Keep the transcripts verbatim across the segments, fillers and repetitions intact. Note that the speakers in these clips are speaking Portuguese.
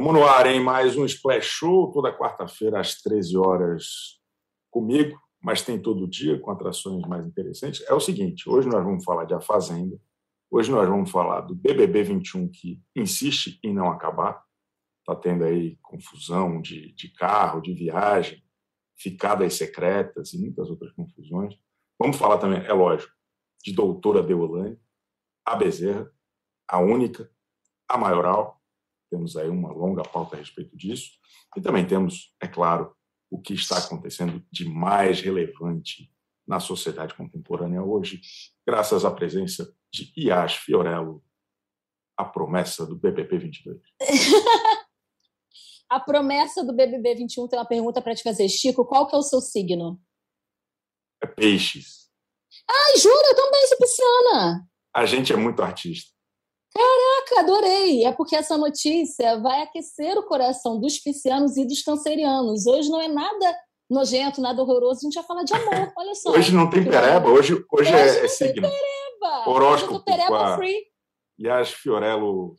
Vamos no ar, hein? Mais um Splash Show, toda quarta-feira às treze horas comigo, mas tem todo dia com atrações mais interessantes. É o seguinte, hoje nós vamos falar de A Fazenda, hoje nós vamos falar do B B B vinte e um, que insiste em não acabar, está tendo aí confusão de, de carro, de viagem, ficadas secretas e muitas outras confusões. Vamos falar também, é lógico, de Doutora Deolane, a Bezerra, a única, a maioral. Temos aí uma longa pauta a respeito disso. E também temos, é claro, o que está acontecendo de mais relevante na sociedade contemporânea hoje, graças à presença de Yas Fiorello, a promessa do B B B vinte e dois. A promessa do B B B vinte e um tem uma pergunta para te fazer. Chico, qual que é o seu signo? É peixes. Ai, jura? Eu também sou pisciana. A gente é muito artista. Caraca, adorei! É porque essa notícia vai aquecer o coração dos piscianos e dos cancerianos. Hoje não é nada nojento, nada horroroso, a gente vai falar de amor, olha só. Hoje não tem pereba, hoje, hoje, hoje é, é signo. Pereba. Horóscopo. Eu tô pereba free. Yas Fiorello.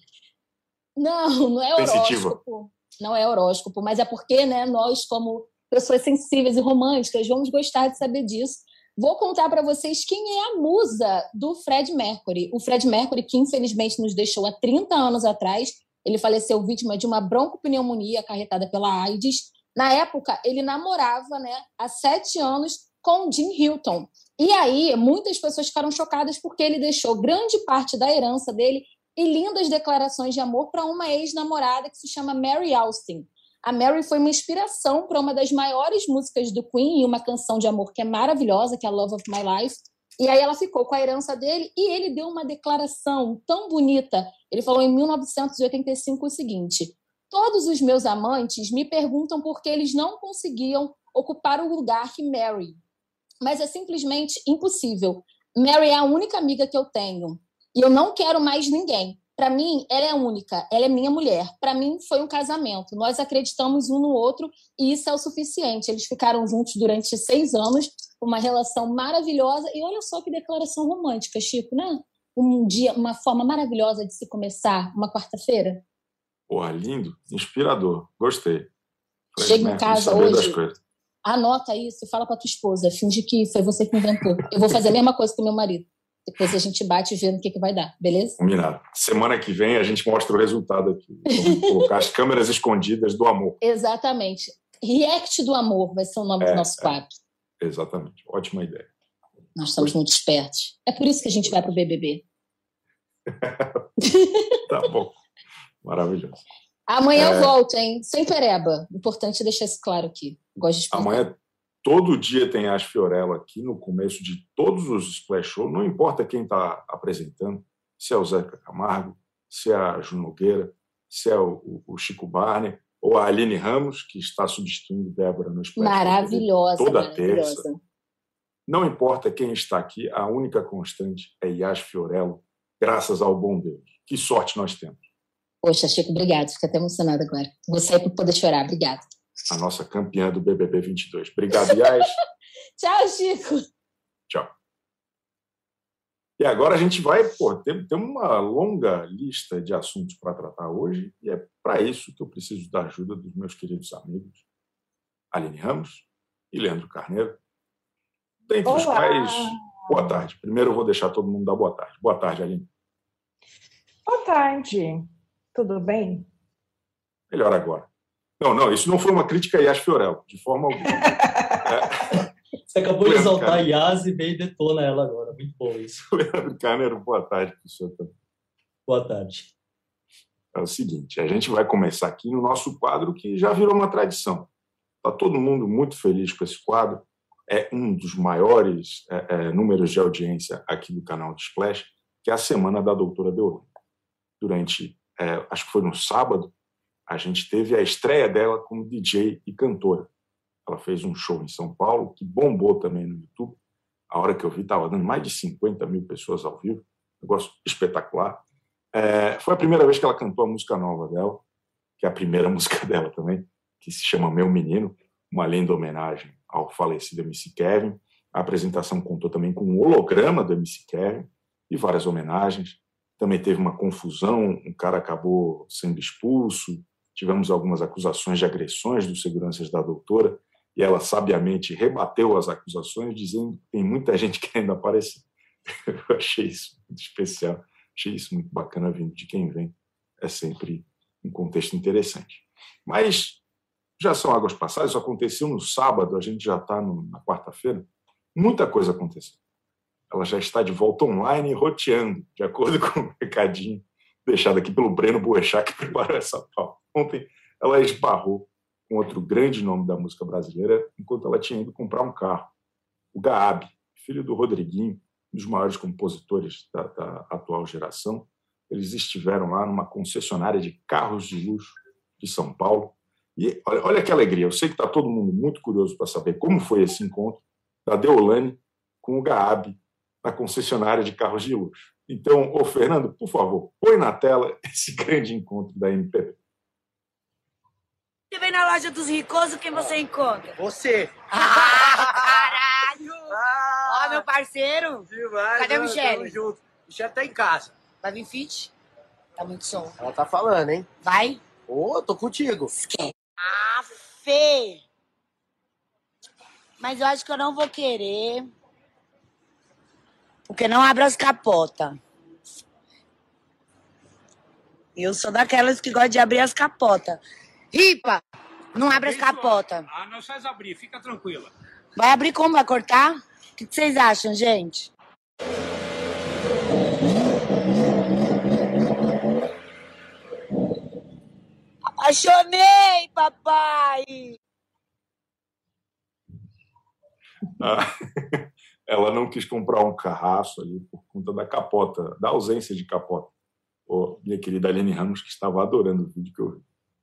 Não, não é sensitiva. Horóscopo. Não é horóscopo, mas é porque, né, nós, como pessoas sensíveis e românticas, vamos gostar de saber disso. Vou contar para vocês quem é a musa do Fred Mercury. O Fred Mercury, que infelizmente nos deixou há trinta anos atrás, ele faleceu vítima de uma broncopneumonia acarretada pela AIDS. Na época, ele namorava, né, há sete anos com Jim Hilton. E aí, muitas pessoas ficaram chocadas porque ele deixou grande parte da herança dele e lindas declarações de amor para uma ex-namorada que se chama Mary Austin. A Mary foi uma inspiração para uma das maiores músicas do Queen e uma canção de amor que é maravilhosa, que é Love of My Life. E aí ela ficou com a herança dele e ele deu uma declaração tão bonita. Ele falou em mil novecentos e oitenta e cinco o seguinte: todos os meus amantes me perguntam por que eles não conseguiam ocupar o lugar que Mary. Mas é simplesmente impossível. Mary é a única amiga que eu tenho. E eu não quero mais ninguém. Para mim, ela é única, ela é minha mulher. Para mim, foi um casamento. Nós acreditamos um no outro e isso é o suficiente. Eles ficaram juntos durante seis anos, uma relação maravilhosa. E olha só que declaração romântica, Chico, né? Um dia, uma forma maravilhosa de se começar uma quarta-feira. Porra, lindo, inspirador. Gostei. Chega em casa hoje, anota isso e fala para tua esposa. Finge que foi você que inventou. Eu vou fazer a mesma coisa com meu marido. Depois a gente bate e vê no que, que vai dar, beleza? Combinado. Semana que vem a gente mostra o resultado aqui. Vamos colocar as câmeras escondidas do amor. Exatamente. React do amor vai ser o nome é, do nosso quadro. É. Exatamente. Ótima ideia. Nós estamos muito espertos. É por isso que a gente vai para o B B B. Tá bom. Maravilhoso. Amanhã é... eu volto, hein? Sem pereba. Importante deixar isso claro aqui. Gosto de explicar. Amanhã... Todo dia tem Yas Fiorello aqui no começo de todos os Splash Show, não importa quem está apresentando, se é o Zeca Camargo, se é a Ju Nogueira, se é o, o Chico Barney, ou a Aline Ramos, que está substituindo Débora no Splash Show. Maravilhosa, toda maravilhosa. terça. Não importa quem está aqui, a única constante é Yas Fiorello, graças ao bom Deus. Que sorte nós temos. Poxa, Chico, obrigado. Fico até emocionada agora. Vou sair para poder chorar. Obrigada. A nossa campeã do B B B vinte e dois. Obrigado, Yas. Tchau, Chico. Tchau. E agora a gente vai, pô, ter, ter uma longa lista de assuntos para tratar hoje, e é para isso que eu preciso da ajuda dos meus queridos amigos Aline Ramos e Leandro Carneiro, dentre os quais... Boa tarde. Primeiro eu vou deixar todo mundo dar boa tarde. Boa tarde, Aline. Boa tarde. Tudo bem? Melhor agora. Não, não, isso não foi uma crítica a Yas Fiorello, de forma alguma. É. Você acabou de exaltar a Yas e veio e detona ela agora. Muito bom isso. Leandro Carneiro, boa tarde, professor. Boa tarde. É o seguinte, a gente vai começar aqui no nosso quadro que já virou uma tradição. Está todo mundo muito feliz com esse quadro. É um dos maiores é, é, números de audiência aqui do canal do Splash, que é a Semana da Doutora Deolane. Durante, é, acho que foi no sábado, a gente teve a estreia dela como D J e cantora. Ela fez um show em São Paulo, que bombou também no YouTube. A hora que eu vi, estava dando mais de cinquenta mil pessoas ao vivo. Negócio espetacular. É, foi a primeira vez que ela cantou a música nova dela, que é a primeira música dela também, que se chama Meu Menino, uma linda homenagem ao falecido M C Kevin. A apresentação contou também com um holograma do M C Kevin e várias homenagens. Também teve uma confusão, um cara acabou sendo expulso, tivemos algumas acusações de agressões dos seguranças da doutora, e ela sabiamente rebateu as acusações, dizendo que tem muita gente querendo aparecer. Eu achei isso muito especial, achei isso muito bacana vindo de quem vem. É sempre um contexto interessante. Mas já são águas passadas, isso aconteceu no sábado, a gente já está na quarta-feira. Muita coisa aconteceu. Ela já está de volta online e roteando, de acordo com o recadinho deixado aqui pelo Breno Boechat, que preparou essa pauta. Ontem ela esbarrou com outro grande nome da música brasileira, enquanto ela tinha ido comprar um carro. O Gaab, filho do Rodriguinho, um dos maiores compositores da, da atual geração. Eles estiveram lá numa concessionária de carros de luxo de São Paulo. E olha, olha que alegria, eu sei que está todo mundo muito curioso para saber como foi esse encontro da Deolane com o Gaab na concessionária de carros de luxo. Então, ô Fernando, por favor, põe na tela esse grande encontro da M P B. Você vem na loja dos ricosos, quem você encontra? Você. Ah, caralho! Ah, Ó, meu parceiro. Demais, Cadê a mano, Michele? tamo junto. Michele tá em casa. Vai vir fit? Tá muito som. Ela tá falando, hein? Vai? Ô, tô contigo. Esquece. Ah, Fê! Mas eu acho que eu não vou querer. Porque não abre as capotas. Eu sou daquelas que gostam de abrir as capotas. Ripa! Não abre as capotas. Ah, não faz abrir, fica tranquila. Vai abrir como? Vai cortar? O que vocês acham, gente? Apaixonei, papai! Ah, ela não quis comprar um carraço ali por conta da capota, da ausência de capota. Oh, minha querida Aline Ramos, que estava adorando o vídeo que eu vi.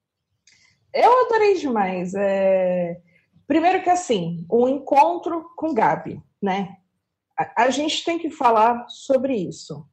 Eu adorei demais. É... Primeiro que, assim, o encontro com Gabi, né? A, a gente tem que falar sobre isso.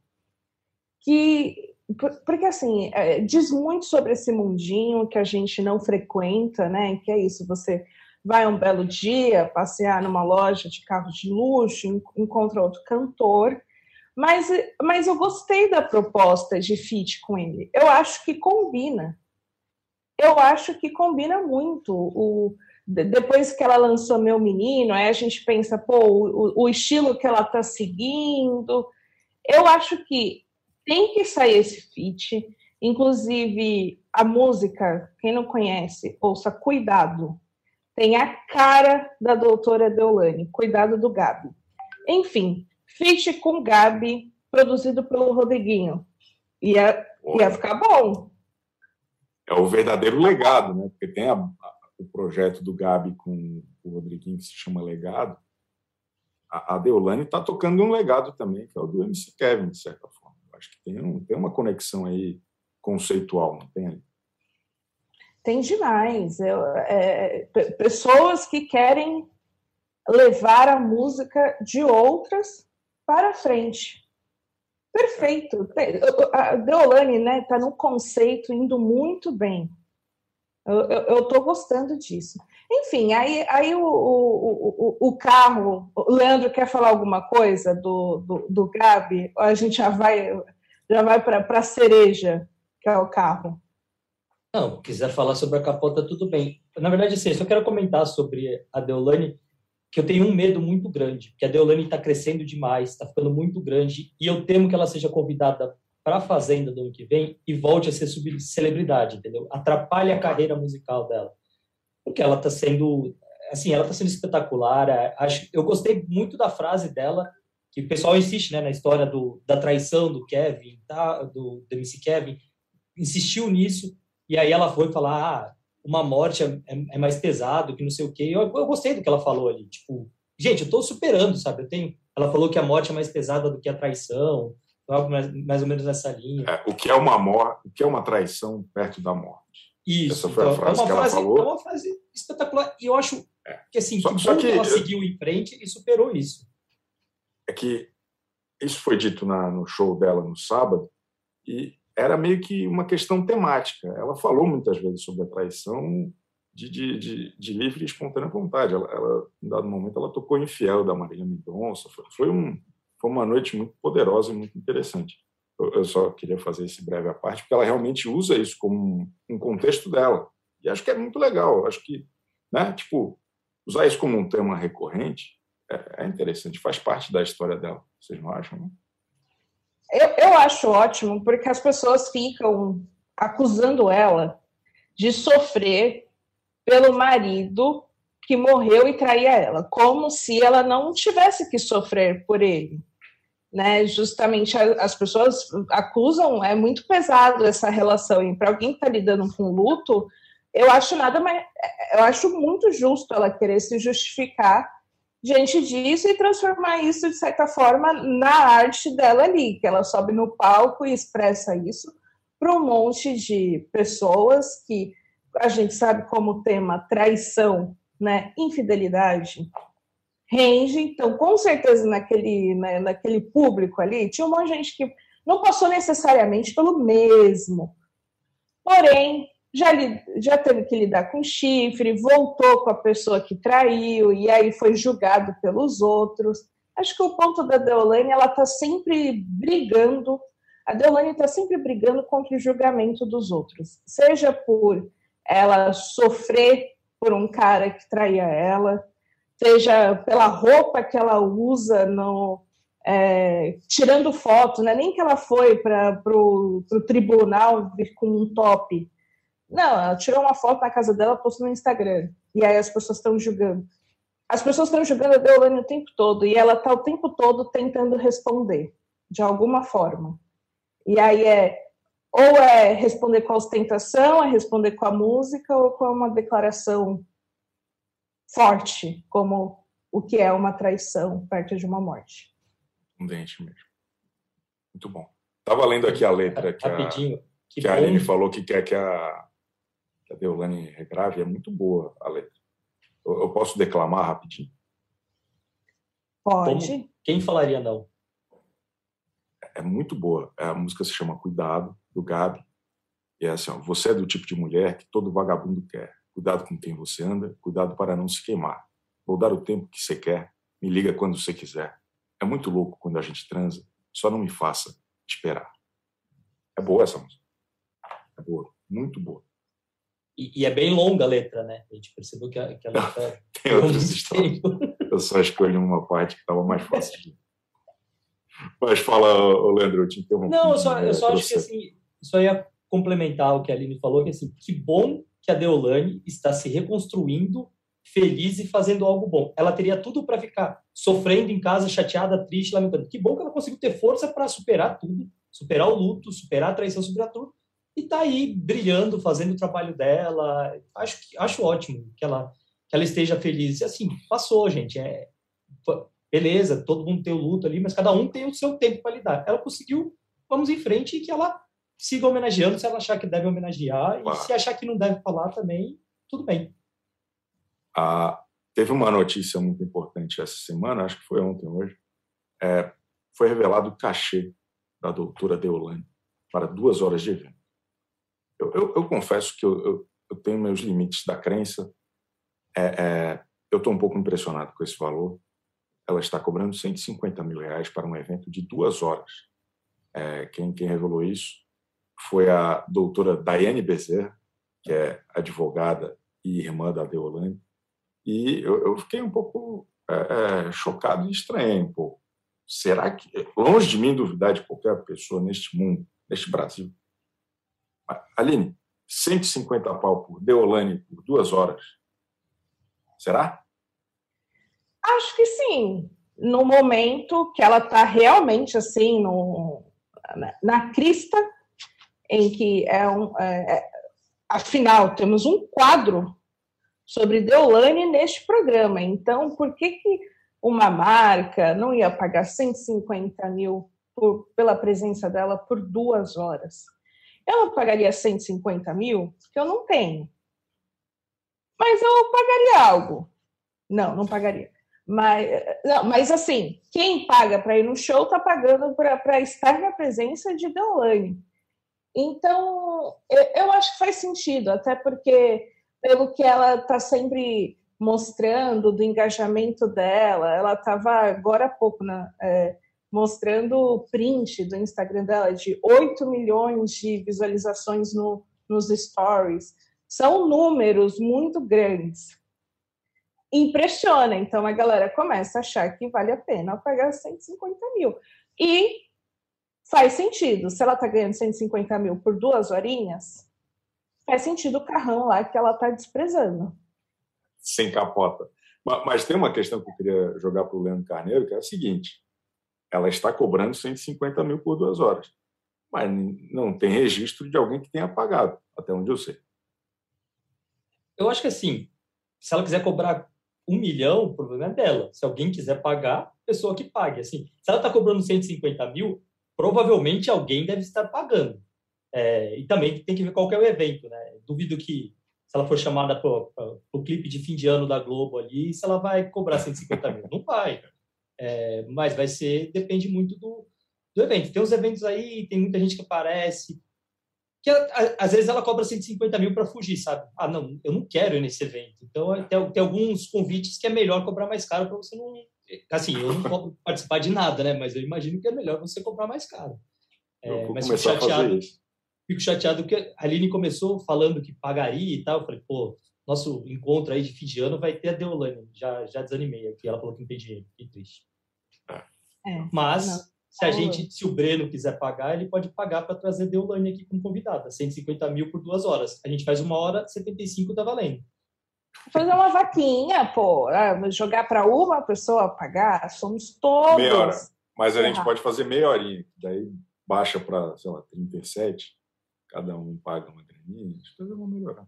Que... Porque, assim, é, diz muito sobre esse mundinho que a gente não frequenta, né? Que é isso, você vai um belo dia passear numa loja de carros de luxo, encontra outro cantor, mas, mas eu gostei da proposta de feat com ele. Eu acho que combina. Eu acho que combina muito. O, depois que ela lançou Meu Menino, aí a gente pensa, pô, o, o estilo que ela está seguindo. Eu acho que tem que sair esse feat. Inclusive, a música, quem não conhece, ouça Cuidado. Tem a cara da doutora Deolane, Cuidado do Gabi. Enfim, feat com Gabi, produzido pelo Rodriguinho. Ia, ia ficar bom. É o verdadeiro legado, né? Porque tem a, a, o projeto do Gabi com o Rodriguinho, que se chama Legado. A, a Deolane está tocando um legado também, que é o do M C Kevin, de certa forma. Eu acho que tem, um, tem uma conexão aí conceitual, não tem ali? Tem demais. Eu, é, pessoas que querem levar a música de outras para frente. Perfeito. A Deolane, né, tá no conceito indo muito bem. Eu estou gostando disso. Enfim, aí, aí o, o, o, o carro... O Leandro quer falar alguma coisa do, do, do Gabi? Ou a gente já vai, já vai para a cereja, que é o carro? Não, quiser falar sobre a capota, tudo bem. Na verdade, assim, eu só quero comentar sobre a Deolane, que eu tenho um medo muito grande, porque a Deolane está crescendo demais, está ficando muito grande, e eu temo que ela seja convidada para a Fazenda do ano que vem e volte a ser subcelebridade, entendeu? Atrapalha a carreira musical dela. Porque ela está sendo, assim, ela está sendo espetacular. Acho, eu gostei muito da frase dela, que o pessoal insiste, né, na história do, da traição do Kevin, tá, do, do M C Kevin, insistiu nisso. E aí ela foi falar, ah, uma morte é, é mais pesado, que não sei o quê. Eu, eu gostei do que ela falou ali. Tipo, gente, eu tô superando, sabe? Eu tenho... Ela falou que a morte é mais pesada do que a traição, algo mais, mais ou menos nessa linha. É, o que é uma morte, o que é uma traição perto da morte. Isso. Essa foi então, a frase é uma que ela frase, falou. É uma frase espetacular. E eu acho é. que, assim, só, que só bom que que ela eu... seguiu em frente e superou isso. É que isso foi dito na, no show dela no sábado, e era meio que uma questão temática. Ela falou muitas vezes sobre a traição de, de, de, de livre e espontânea vontade. Ela, ela, em dado momento, ela tocou Infiel, da Marília Mendonça. Foi, foi, um, foi uma noite muito poderosa e muito interessante. Eu, eu só queria fazer esse breve à parte, porque ela realmente usa isso como um, um contexto dela. E acho que é muito legal. Acho que, né, tipo, usar isso como um tema recorrente é, é interessante, faz parte da história dela. Vocês não acham, né? Eu, eu acho ótimo, porque as pessoas ficam acusando ela de sofrer pelo marido que morreu e traía ela, como se ela não tivesse que sofrer por ele, né? Justamente as pessoas acusam, é muito pesado essa relação, e para alguém que está lidando com luto, eu acho nada mais, eu acho muito justo ela querer se justificar diante disso e transformar isso, de certa forma, na arte dela ali, que ela sobe no palco e expressa isso para um monte de pessoas que a gente sabe como tema traição, né, infidelidade, range. Então, com certeza, naquele, né, naquele público ali, tinha um monte de gente que não passou necessariamente pelo mesmo, porém, já, li, já teve que lidar com chifre, voltou com a pessoa que traiu, e aí foi julgado pelos outros. Acho que o ponto da Deolane, ela está sempre brigando, a Deolane está sempre brigando contra o julgamento dos outros, seja por ela sofrer por um cara que traía ela, seja pela roupa que ela usa, no, é, tirando foto, né? Nem que ela foi para o tribunal vir com um top. Não, ela tirou uma foto na casa dela, postou no Instagram. E aí as pessoas estão julgando. As pessoas estão julgando a Deolane o tempo todo, e ela está o tempo todo tentando responder, de alguma forma. E aí é, ou é responder com a ostentação, é responder com a música, ou com uma declaração forte, como o que é uma traição perto de uma morte. Um dente mesmo. Muito bom. Estava lendo aqui a letra que Rapidinho. a, Que que a Aline falou que quer que a, que a Deolane regrave. É muito boa a letra. Eu, eu posso declamar rapidinho? Pode. Como? Quem falaria não? É muito boa. A música se chama Cuidado, do Gabi. E é assim, ó, você é do tipo de mulher que todo vagabundo quer. Cuidado com quem você anda, cuidado para não se queimar. Vou dar o tempo que você quer, me liga quando você quiser. É muito louco quando a gente transa, só não me faça esperar. É boa essa música. É boa, muito boa. E, e é bem longa a letra, né? A gente percebeu que a, que a letra... Tem outras histórias. Eu só escolhi uma parte que estava mais fácil de... Mas fala, Leandro, eu te interrompi. Não, eu só, eu só acho que assim, só ia complementar o que a Aline falou, que assim, que bom que a Deolane está se reconstruindo, feliz e fazendo algo bom. Ela teria tudo para ficar sofrendo em casa, chateada, triste, lamentando. Que bom que ela conseguiu ter força para superar tudo, superar o luto, superar a traição, superar tudo, e tá aí brilhando, fazendo o trabalho dela. Acho, que, acho ótimo que ela, que ela esteja feliz. E assim, passou, gente. É, beleza, todo mundo tem o luto ali, mas cada um tem o seu tempo para lidar. Ela conseguiu, vamos em frente, e que ela siga homenageando se ela achar que deve homenagear, e se achar que não deve falar também, tudo bem. Ah, teve uma notícia muito importante essa semana, acho que foi ontem, hoje. É, foi revelado o cachê da doutora Deolane para duas horas de evento. Eu, eu, eu confesso que eu, eu, eu tenho meus limites da crença. É, é, eu estou um pouco impressionado com esse valor. Ela está cobrando cento e cinquenta mil reais para um evento de duas horas. É, quem, quem revelou isso foi a doutora Daiane Bezerra, que é advogada e irmã da Deolane. E eu, eu fiquei um pouco é, é, chocado e estranhei um pouco. Será que, longe de mim duvidar de qualquer pessoa neste mundo, neste Brasil, Aline, cento e cinquenta pau por Deolane por duas horas, será? Acho que sim. No momento que ela está realmente assim, no, na, na crista, em que é um... É, é, afinal, temos um quadro sobre Deolane neste programa. Então, por que, que uma marca não ia pagar cento e cinquenta mil por, pela presença dela por duas horas? Eu não pagaria cento e cinquenta mil, porque eu não tenho. Mas eu pagaria algo. Não, não pagaria. Mas, não, mas assim, quem paga para ir no show está pagando para estar na presença de Deolane. Então, eu, eu acho que faz sentido, até porque, pelo que ela está sempre mostrando do engajamento dela, ela estava agora há pouco, né, é, mostrando o print do Instagram dela de oito milhões de visualizações no, nos stories. São números muito grandes. Impressiona. Então, a galera começa a achar que vale a pena pagar cento e cinquenta mil. E faz sentido. Se ela está ganhando cento e cinquenta mil por duas horinhas, faz sentido o carrão lá que ela está desprezando. Sem capota. Mas tem uma questão que eu queria jogar para o Leandro Carneiro, que é a seguinte. Ela está cobrando cento e cinquenta mil por duas horas. Mas não tem registro de alguém que tenha pagado, até onde eu sei. Eu acho que assim, se ela quiser cobrar um milhão, o problema é dela. Se alguém quiser pagar, a pessoa que pague. Assim, se ela está cobrando cento e cinquenta mil, provavelmente alguém deve estar pagando. É, e também tem que ver qual que é o evento, né? Duvido que, se ela for chamada para o clipe de fim de ano da Globo ali, se ela vai cobrar cento e cinquenta mil. Não vai. É, mas vai ser, depende muito do, do evento. Tem uns eventos aí, tem muita gente que aparece, que às vezes ela cobra cento e cinquenta mil para fugir, sabe? Ah, não, eu não quero ir nesse evento. Então, tem, tem alguns convites que é melhor cobrar mais caro para você não... Assim, eu não posso participar de nada, né? Mas eu imagino que é melhor você cobrar mais caro. É, vou mas começar fico chateado, a fazer isso. Fico chateado que a Aline começou falando que pagaria e tal. Eu falei, pô, nosso encontro aí de fim de ano vai ter a Deolane. Já, já desanimei aqui. Ela falou que não tem dinheiro. Que triste. É, mas... não. Se a gente, se o Breno quiser pagar, ele pode pagar para trazer Deolane aqui como convidada. cento e cinquenta mil por duas horas. A gente faz uma hora, setenta e cinco tá valendo. Fazer uma vaquinha, pô. Jogar para uma pessoa pagar, somos todos. Meia hora. Mas a gente pode fazer meia horinha. Daí baixa para, sei lá, trinta e sete. Cada um paga uma graninha. As coisas vão melhorar.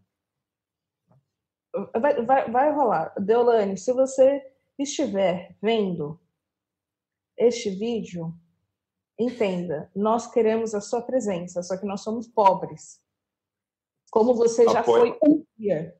Vai, vai, vai rolar. Deolane, se você estiver vendo este vídeo, entenda, nós queremos a sua presença, só que nós somos pobres. Como você já Apoie. foi um dia.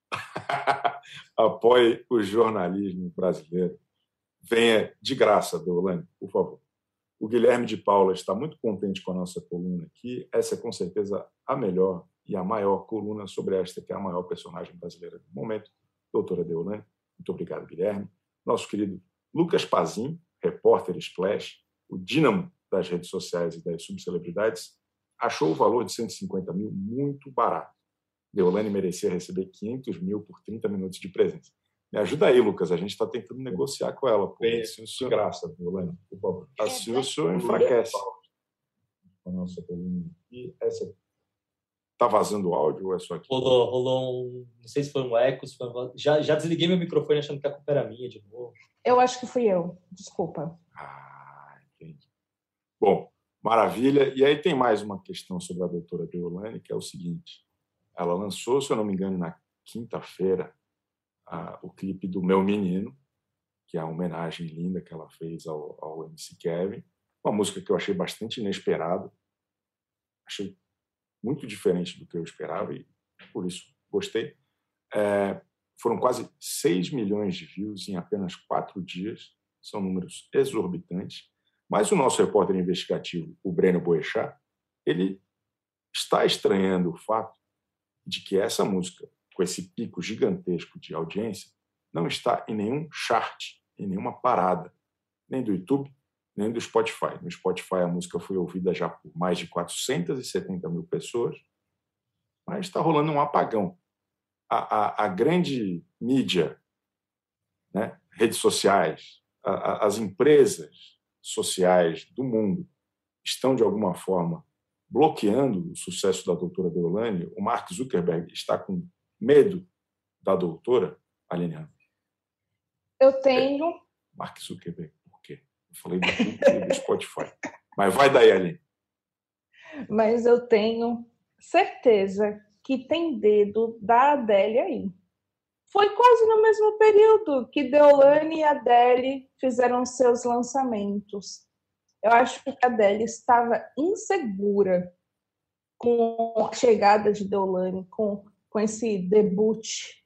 Apoie o jornalismo brasileiro. Venha de graça, Deolane, por favor. O Guilherme de Paula está muito contente com a nossa coluna aqui. Essa é, com certeza, a melhor e a maior coluna sobre esta, que é a maior personagem brasileira do momento, doutora Deolane. Muito obrigado, Guilherme. Nosso querido Lucas Pazin, repórter Splash, o dínamo das redes sociais e das subcelebridades, achou o valor de cento e cinquenta mil muito barato. Deolane merecia receber quinhentos mil por trinta minutos de presença. Me ajuda aí, Lucas. A gente está tentando negociar com ela. Pô. Assim, de graça, Deolane, por favor. Assim o senhor enfraquece a nossa coluna. E essa... Está vazando o áudio ou é só aqui? Rolou, rolou um... Não sei se foi um eco, se foi um... Já, já desliguei meu microfone achando que a culpa era minha de novo. Eu acho que fui eu. Desculpa. Ah, entendi. Bom, maravilha. E aí tem mais uma questão sobre a doutora Deolane, que é o seguinte. Ela lançou, se eu não me engano, na quinta-feira, a, o clipe do Meu Menino, que é a homenagem linda que ela fez ao, ao M C Kevin. Uma música que eu achei bastante inesperada. Achei muito diferente do que eu esperava e, por isso, gostei. É, foram quase seis milhões de views em apenas quatro dias. São números exorbitantes. Mas o nosso repórter investigativo, o Breno Boechat, ele está estranhando o fato de que essa música, com esse pico gigantesco de audiência, não está em nenhum chart, em nenhuma parada, nem do YouTube, nem do Spotify. No Spotify, a música foi ouvida já por mais de quatrocentas e setenta mil pessoas, mas está rolando um apagão. A, a, a grande mídia, né, redes sociais, a, a, as empresas sociais do mundo estão, de alguma forma, bloqueando o sucesso da doutora Deolane. O Mark Zuckerberg está com medo da doutora, Aline Ramos? Eu tenho... É. Mark Zuckerberg, por quê? Eu falei do YouTube e do Spotify. Mas vai daí, Aline. Mas eu tenho certeza que tem dedo da Adele aí. Foi quase no mesmo período que Deolane e Adele fizeram seus lançamentos. Eu acho que a Adele estava insegura com a chegada de Deolane, com, com esse debut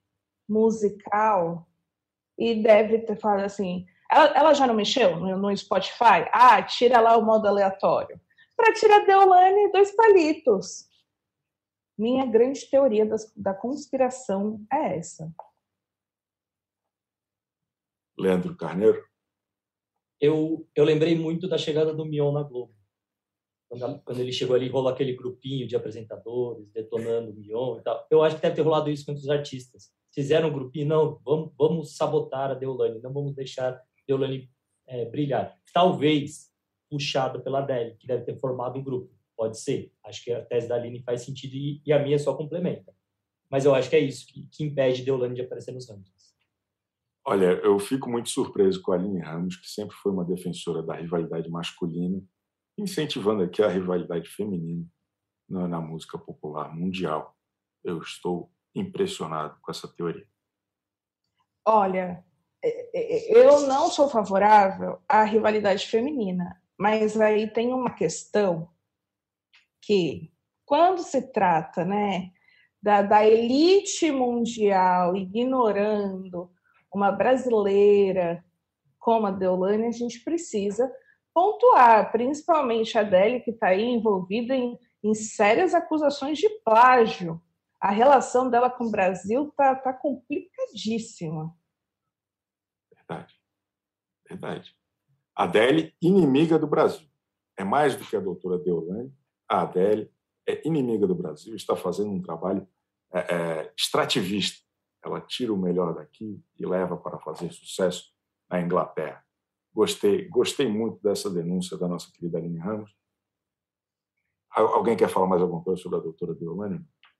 musical, e deve ter falado assim... Ela, ela já não mexeu no, no Spotify? Ah, tira lá o modo aleatório. Para tirar Deolane, dois palitos. Minha grande teoria das, da conspiração é essa. Leandro Carneiro? eu, eu lembrei muito da chegada do Mion na Globo. Quando, quando ele chegou ali, rolou aquele grupinho de apresentadores, detonando o Mion e tal. Eu acho que deve ter rolado isso com os artistas. Fizeram um grupinho, não, vamos, vamos sabotar a Deolane, não vamos deixar a Deolane é, brilhar. Talvez puxado pela Adele, que deve ter formado um grupo. Pode ser. Acho que a tese da Aline faz sentido e, e a minha só complementa. Mas eu acho que é isso que, que impede Deolane de aparecer nos rankings. Olha, eu fico muito surpreso com a Aline Ramos, que sempre foi uma defensora da rivalidade masculina, incentivando aqui a rivalidade feminina na, na música popular mundial. Eu estou impressionado com essa teoria. Olha, eu não sou favorável à rivalidade feminina, mas aí tem uma questão que, quando se trata, né, da, da elite mundial ignorando uma brasileira como a Deolane, a gente precisa pontuar, principalmente a Adele, que está aí envolvida em, em sérias acusações de plágio. A relação dela com o Brasil está tá complicadíssima. Verdade. Verdade. Adele, inimiga do Brasil. É mais do que a doutora Deolane. A Adele é inimiga do Brasil, está fazendo um trabalho é, é, extrativista. Ela tira o melhor daqui e leva para fazer sucesso na Inglaterra. Gostei, gostei muito dessa denúncia da nossa querida Aline Ramos. Alguém quer falar mais alguma coisa sobre a doutora Deolane?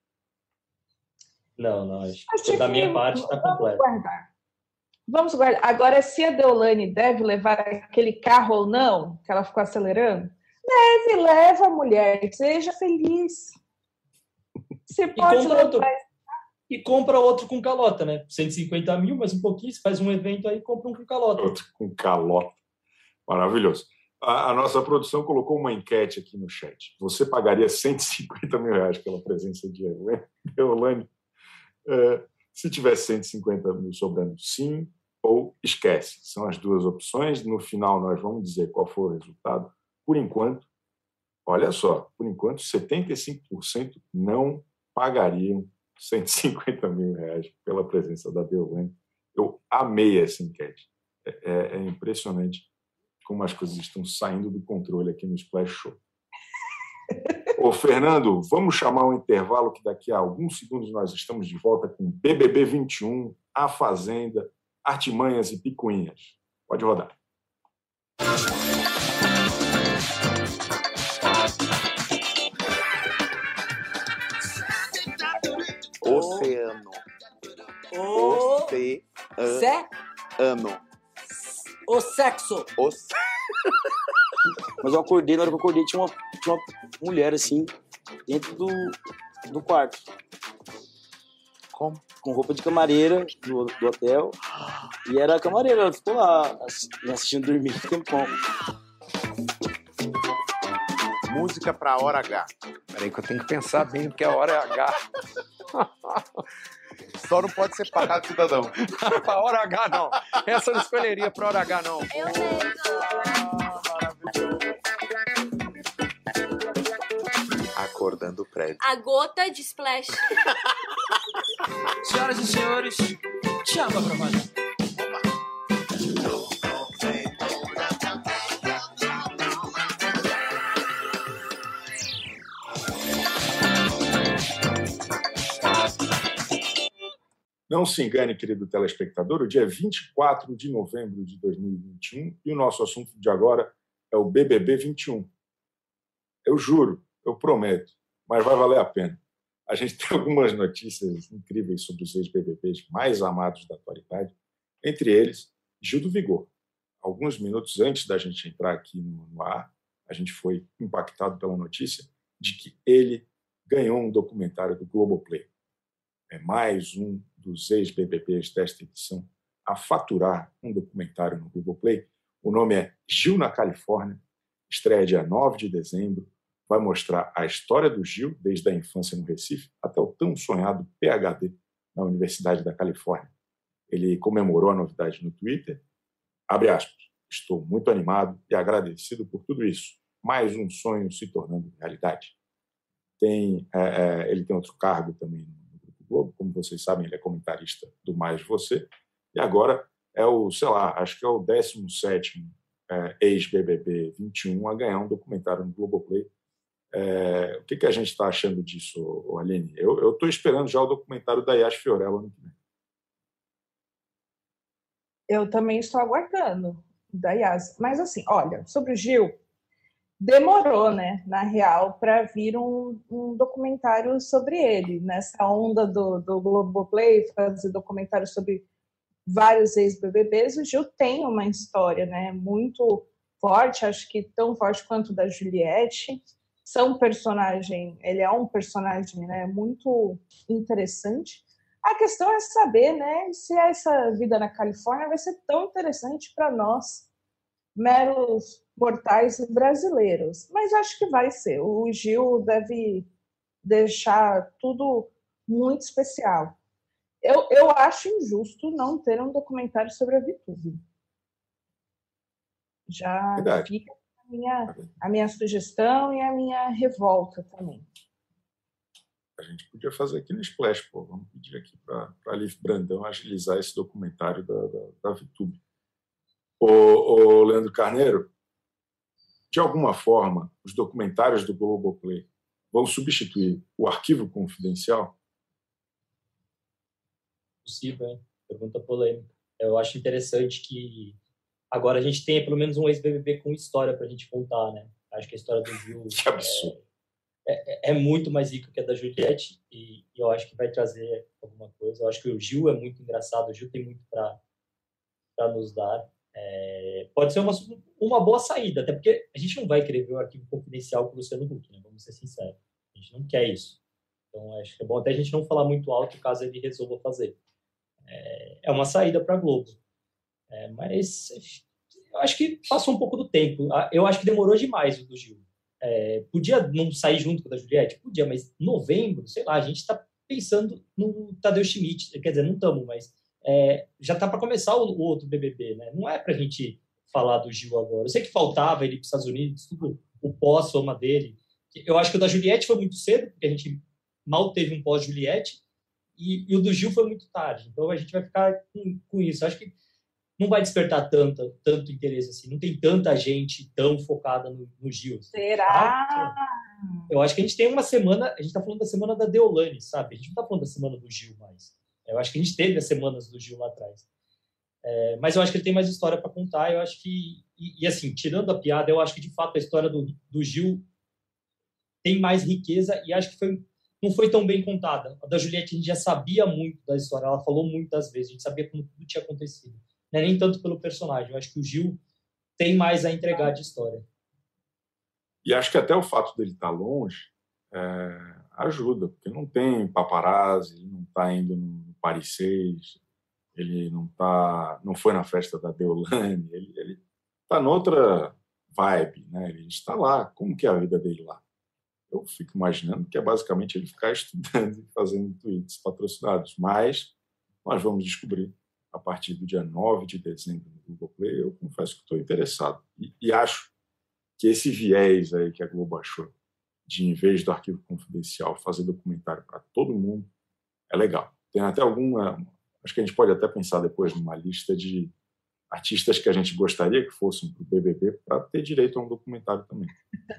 Não, não. Acho, acho que da minha parte está completo. Guardar. Vamos guardar. Agora, se a Deolane deve levar aquele carro ou não, que ela ficou acelerando, deve, leva, mulher. Seja feliz. Você pode levar... Outro, e compra outro com calota, né? cento e cinquenta mil, mais um pouquinho, você faz um evento aí, compra um com calota. Outro com calota. Maravilhoso. A, a nossa produção colocou uma enquete aqui no chat. Você pagaria cento e cinquenta mil reais pela presença de Deolane? É, se tivesse cento e cinquenta mil sobrando, sim ou esquece. São as duas opções. No final, nós vamos dizer qual foi o resultado. Por enquanto, olha só, por enquanto, setenta e cinco por cento não pagariam cento e cinquenta mil reais pela presença da Deolane. Eu amei essa enquete. É, é, é impressionante como as coisas estão saindo do controle aqui no Splash Show. Ô, Fernando, vamos chamar um intervalo que daqui a alguns segundos nós estamos de volta com B B B vinte e um, A Fazenda, Artimanhas e Picuinhas. Pode rodar. Oceano. Oceano. O sexo. O... Mas eu acordei, na hora que eu acordei, tinha uma, tinha uma mulher, assim, dentro do, do quarto. Como? Com roupa de camareira do, do hotel. E era a camareira, ela ficou lá, me assistindo dormir um tempão. Música pra hora H. Peraí que eu tenho que pensar bem, porque a hora é H. Só não pode ser pra cada cidadão. Pra hora H, não. Essa eu não escolheria pra hora H, não. Eu Acordando o prédio. A gota de splash. Senhoras e senhores, chama pra valer. Não se engane, querido telespectador, o dia vinte e quatro de novembro de dois mil e vinte e um e o nosso assunto de agora é o B B B vinte e um. Eu juro, eu prometo, mas vai valer a pena. A gente tem algumas notícias incríveis sobre os ex-B B Bs mais amados da atualidade, entre eles, Gil do Vigor. Alguns minutos antes da gente entrar aqui no ar, a gente foi impactado pela notícia de que ele ganhou um documentário do Globoplay. É mais um dos ex-B B Bs desta edição a faturar um documentário no Globoplay. O nome é Gil na Califórnia, estreia dia nove de dezembro, vai mostrar a história do Gil, desde a infância no Recife até o tão sonhado P H D na Universidade da Califórnia. Ele comemorou a novidade no Twitter, abre aspas, estou muito animado e agradecido por tudo isso, mais um sonho se tornando realidade. Tem, é, é, ele tem outro cargo também Globo, como vocês sabem, ele é comentarista do Mais Você, e agora é o, sei lá, acho que é o décimo sétimo é, ex-B B B vinte e um a ganhar um documentário no Globoplay. É, o que, que a gente está achando disso, Aline? Eu estou esperando já o documentário da Yas Fiorella ano que vem. Eu também estou aguardando da Yas. Mas assim, olha, sobre o Gil, demorou, né, na real, para vir um, um documentário sobre ele. Nessa onda do, do Globoplay, fazer documentário sobre vários ex-B B Bs, o Gil tem uma história, né, muito forte, acho que tão forte quanto da Juliette. São personagem, ele é um personagem, né, muito interessante. A questão é saber, né, se essa vida na Califórnia vai ser tão interessante para nós, meros mortais brasileiros. Mas acho que vai ser. O Gil deve deixar tudo muito especial. Eu, eu acho injusto não ter um documentário sobre a VTube. Já Verdade. Fica a minha, a minha sugestão e a minha revolta também. A gente podia fazer aqui no Splash, pô. Vamos pedir aqui para a Alice Brandão agilizar esse documentário da, da, da VTube. Ô, ô, Leandro Carneiro, de alguma forma, os documentários do Globoplay vão substituir o arquivo confidencial? Possível, hein? Pergunta polêmica. Eu acho interessante que agora a gente tenha pelo menos um ex-B B B com história para a gente contar, né? Acho que a história do Gil que absurdo. É, é, é muito mais rica que a da Juliette e, e eu acho que vai trazer alguma coisa. Eu acho que o Gil é muito engraçado, o Gil tem muito para nos dar. É, pode ser uma, uma boa saída, até porque a gente não vai querer ver o arquivo confidencial com o Luciano Huck, né? Vamos ser sinceros. A gente não quer isso. Então, acho que é bom até a gente não falar muito alto caso ele resolva fazer. É, é uma saída para a Globo. É, mas eu acho que passou um pouco do tempo. Eu acho que demorou demais o do Gil. É, podia não sair junto com o da Juliette? Podia, mas novembro, sei lá, a gente está pensando no Tadeu Schmidt. Quer dizer, não estamos, mas é, já está para começar o, o outro B B B, né? Não é para a gente falar do Gil agora. Eu sei que faltava ele para os Estados Unidos, tudo, o pós-fama dele. Eu acho que o da Juliette foi muito cedo, porque a gente mal teve um pós-Juliette, e, e o do Gil foi muito tarde. Então a gente vai ficar com, com isso. Acho que não vai despertar tanto, tanto interesse assim. Não tem tanta gente tão focada no, no Gil. Será? Ah, eu acho que a gente tem uma semana... A gente está falando da semana da Deolane, sabe? A gente não está falando da semana do Gil mais. Eu acho que a gente teve as semanas do Gil lá atrás. É, mas eu acho que ele tem mais história para contar. Eu acho que... E, e, assim, tirando a piada, eu acho que, de fato, a história do, do Gil tem mais riqueza e acho que foi, não foi tão bem contada. A da Juliette, a gente já sabia muito da história. Ela falou muitas vezes. A gente sabia como tudo tinha acontecido. Não é nem tanto pelo personagem. Eu acho que o Gil tem mais a entregar de história. E acho que até o fato dele estar longe é, ajuda, porque não tem paparazzi, ele não está indo no Paris seis, ele não, tá, não foi na festa da Deolane, ele está noutra vibe, né? Ele está lá. Como que é a vida dele lá? Eu fico imaginando que é basicamente ele ficar estudando e fazendo tweets patrocinados. Mas nós vamos descobrir a partir do dia nove de dezembro no Google Play. Eu confesso que estou interessado. E, e acho que esse viés aí que a Globo achou de, em vez do arquivo confidencial, fazer documentário para todo mundo, é legal. Tem até alguma... Acho que a gente pode até pensar depois numa lista de artistas que a gente gostaria que fossem para o B B B para ter direito a um documentário também.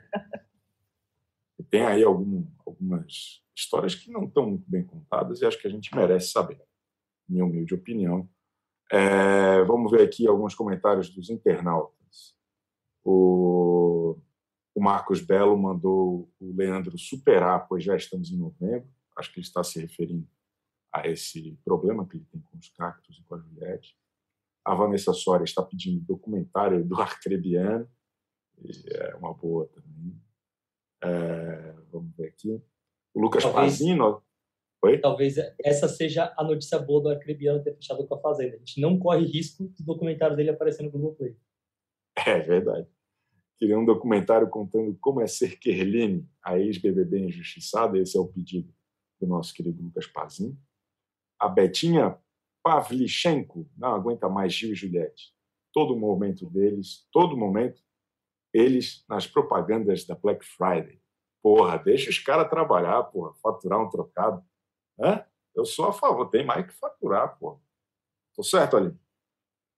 E tem aí algum, algumas histórias que não estão muito bem contadas e acho que a gente merece saber, minha humilde opinião. É, vamos ver aqui alguns comentários dos internautas. O, o Marcos Belo mandou o Leandro superar, pois já estamos em novembro. Acho que ele está se referindo a esse problema que ele tem com os cactos e com a Juliette. A Vanessa Soria está pedindo documentário do Arcrebiano. É uma boa também. É, vamos ver aqui. O Lucas talvez, Pazino. Oi? Talvez essa seja a notícia boa do Arcrebiano ter fechado com a Fazenda. A gente não corre risco do documentário dele aparecer no Google Play. É verdade. Queria um documentário contando como é ser Kerline, a ex-B B B injustiçada. Esse é o pedido do nosso querido Lucas Pazino. A Betinha Pavlichenko não aguenta mais Gil e Juliette. Todo momento deles, todo momento, eles nas propagandas da Black Friday. Porra, deixa os caras trabalhar, porra, faturar um trocado. Hã? Eu sou a favor, tem mais que faturar, porra. Tô certo, Aline?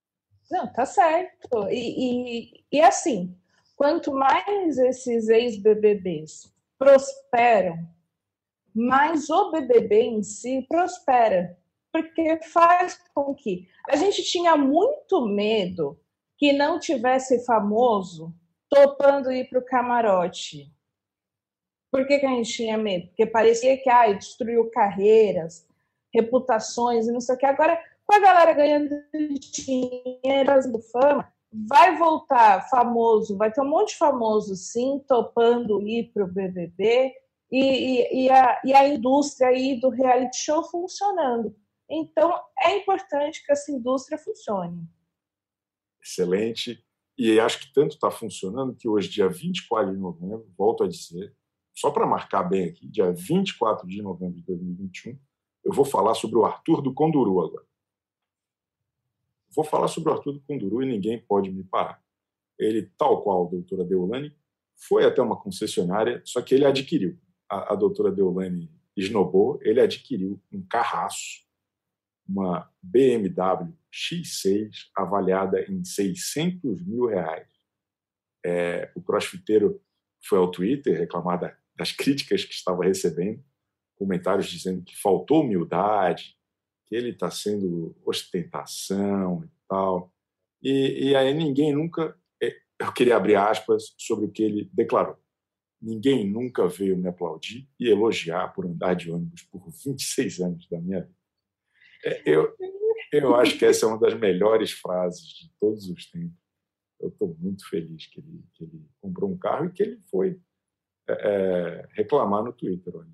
Não, tá certo. E, e, e assim, quanto mais esses ex-B B Bs prosperam, mais o B B B em si prospera. Porque faz com que... A gente tinha muito medo que não tivesse famoso topando ir para o camarote. Por que, que a gente tinha medo? Porque parecia que ah, destruiu carreiras, reputações e não sei o que. Agora, com a galera ganhando dinheiro, fazendo fama, vai voltar famoso, vai ter um monte de famoso, sim, topando ir para o B B B e, e, e, a, e a indústria aí do reality show funcionando. Então, é importante que essa indústria funcione. Excelente. E acho que tanto está funcionando que hoje, dia vinte e quatro de novembro, volto a dizer, só para marcar bem aqui, dia vinte e quatro de novembro de dois mil e vinte e um, eu vou falar sobre o Arthur do Conduru agora. Vou falar sobre o Arthur do Conduru e ninguém pode me parar. Ele, tal qual a doutora Deolane, foi até uma concessionária, só que ele adquiriu. A, a doutora Deolane esnobou, ele adquiriu um carraço, uma B M W X seis avaliada em seiscentos mil reais. É, o crossfiteiro foi ao Twitter reclamar da, das críticas que estava recebendo, comentários dizendo que faltou humildade, que ele está sendo ostentação e tal. E, e aí ninguém nunca... Eu queria abrir aspas sobre o que ele declarou. Ninguém nunca veio me aplaudir e elogiar por andar de ônibus por vinte e seis anos da minha vida. Eu, eu acho que essa é uma das melhores frases de todos os tempos. Eu estou muito feliz que ele, que ele comprou um carro e que ele foi é, reclamar no Twitter. Olha.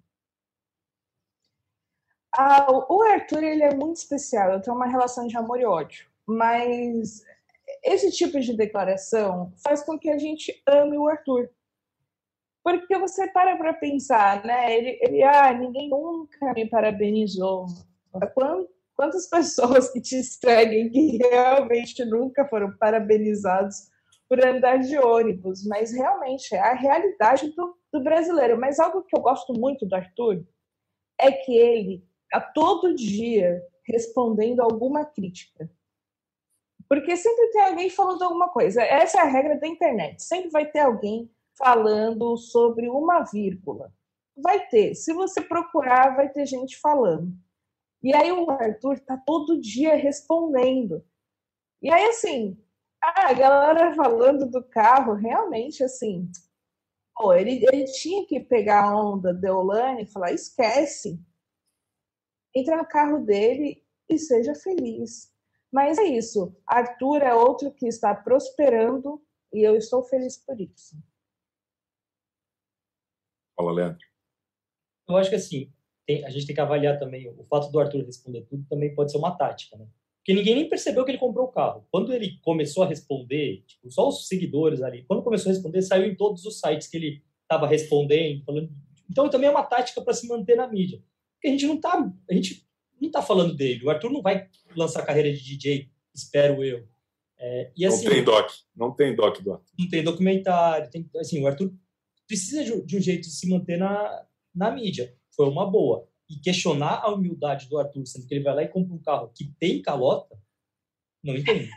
Ah, o Arthur ele é muito especial. Eu tenho uma relação de amor e ódio. Mas esse tipo de declaração faz com que a gente ame o Arthur. Porque você para para pensar, né? Ele, ele, ah, ninguém nunca me parabenizou. Quantas pessoas que te seguem que realmente nunca foram parabenizados por andar de ônibus, mas realmente é a realidade do, do brasileiro. Mas algo que eu gosto muito do Arthur é que ele está todo dia respondendo alguma crítica. Porque sempre tem alguém falando alguma coisa. Essa é a regra da internet. Sempre vai ter alguém falando sobre uma vírgula. Vai ter. Se você procurar, vai ter gente falando. E aí o Arthur tá todo dia respondendo. E aí, assim, a galera falando do carro, realmente, assim, pô, ele, ele tinha que pegar a onda da Deolane e falar, esquece. Entra no carro dele e seja feliz. Mas é isso. Arthur é outro que está prosperando e eu estou feliz por isso. Fala, Leandro. Eu acho que, assim, tem, a gente tem que avaliar também o fato do Arthur responder tudo também pode ser uma tática, né? Porque ninguém nem percebeu que ele comprou o carro. Quando ele começou a responder, tipo, só os seguidores ali, quando começou a responder, saiu em todos os sites que ele estava respondendo, falando. Então também é uma tática para se manter na mídia. Porque a gente não tá, a gente não tá falando dele. O Arthur não vai lançar carreira de D J, espero eu. É, e, assim, não tem doc, não tem doc do Arthur. Não tem documentário, tem, assim, o Arthur precisa de um jeito de se manter na, na mídia. Foi uma boa. E questionar a humildade do Arthur, sendo que ele vai lá e compra um carro que tem calota, não entendo.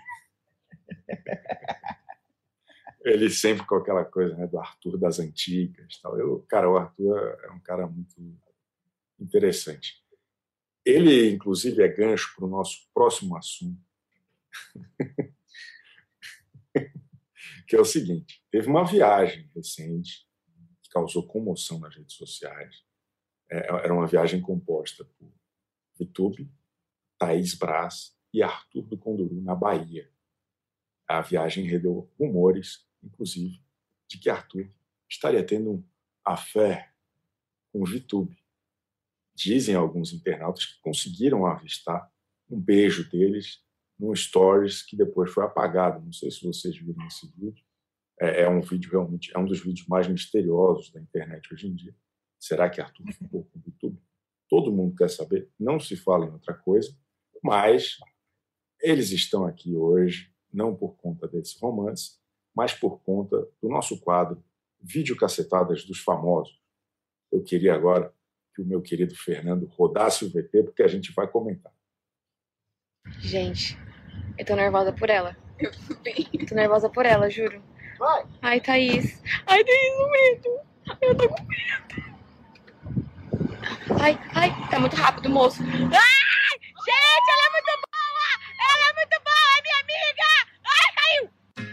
Ele sempre com aquela coisa, né, do Arthur das antigas. Tal. Eu, cara, o Arthur é um cara muito interessante. Ele, inclusive, é gancho para o nosso próximo assunto, que é o seguinte. Teve uma viagem recente que causou comoção nas redes sociais. Era uma viagem composta por Vitube, Thaís Braz e Arthur do Conduru, na Bahia. A viagem rendeu rumores, inclusive, de que Arthur estaria tendo um affair com Vitube. Dizem alguns internautas que conseguiram avistar um beijo deles num stories que depois foi apagado. Não sei se vocês viram esse vídeo. É, é um vídeo realmente, é um dos vídeos mais misteriosos da internet hoje em dia. Será que Arthur ficou com o YouTube? Todo mundo quer saber. Não se fala em outra coisa, mas eles estão aqui hoje não por conta desse romance, mas por conta do nosso quadro Videocacetadas dos Famosos. Eu queria agora que o meu querido Fernando rodasse o V T, porque a gente vai comentar. Gente, eu tô nervosa por ela. Tô nervosa por ela, juro. Vai. Ai, Thaís. Ai, Thaís, no medo. Eu tô com medo. Ai, ai, tá muito rápido, moço. Ai, gente, ela é muito boa! Ela é muito boa, é minha amiga! Ai, caiu!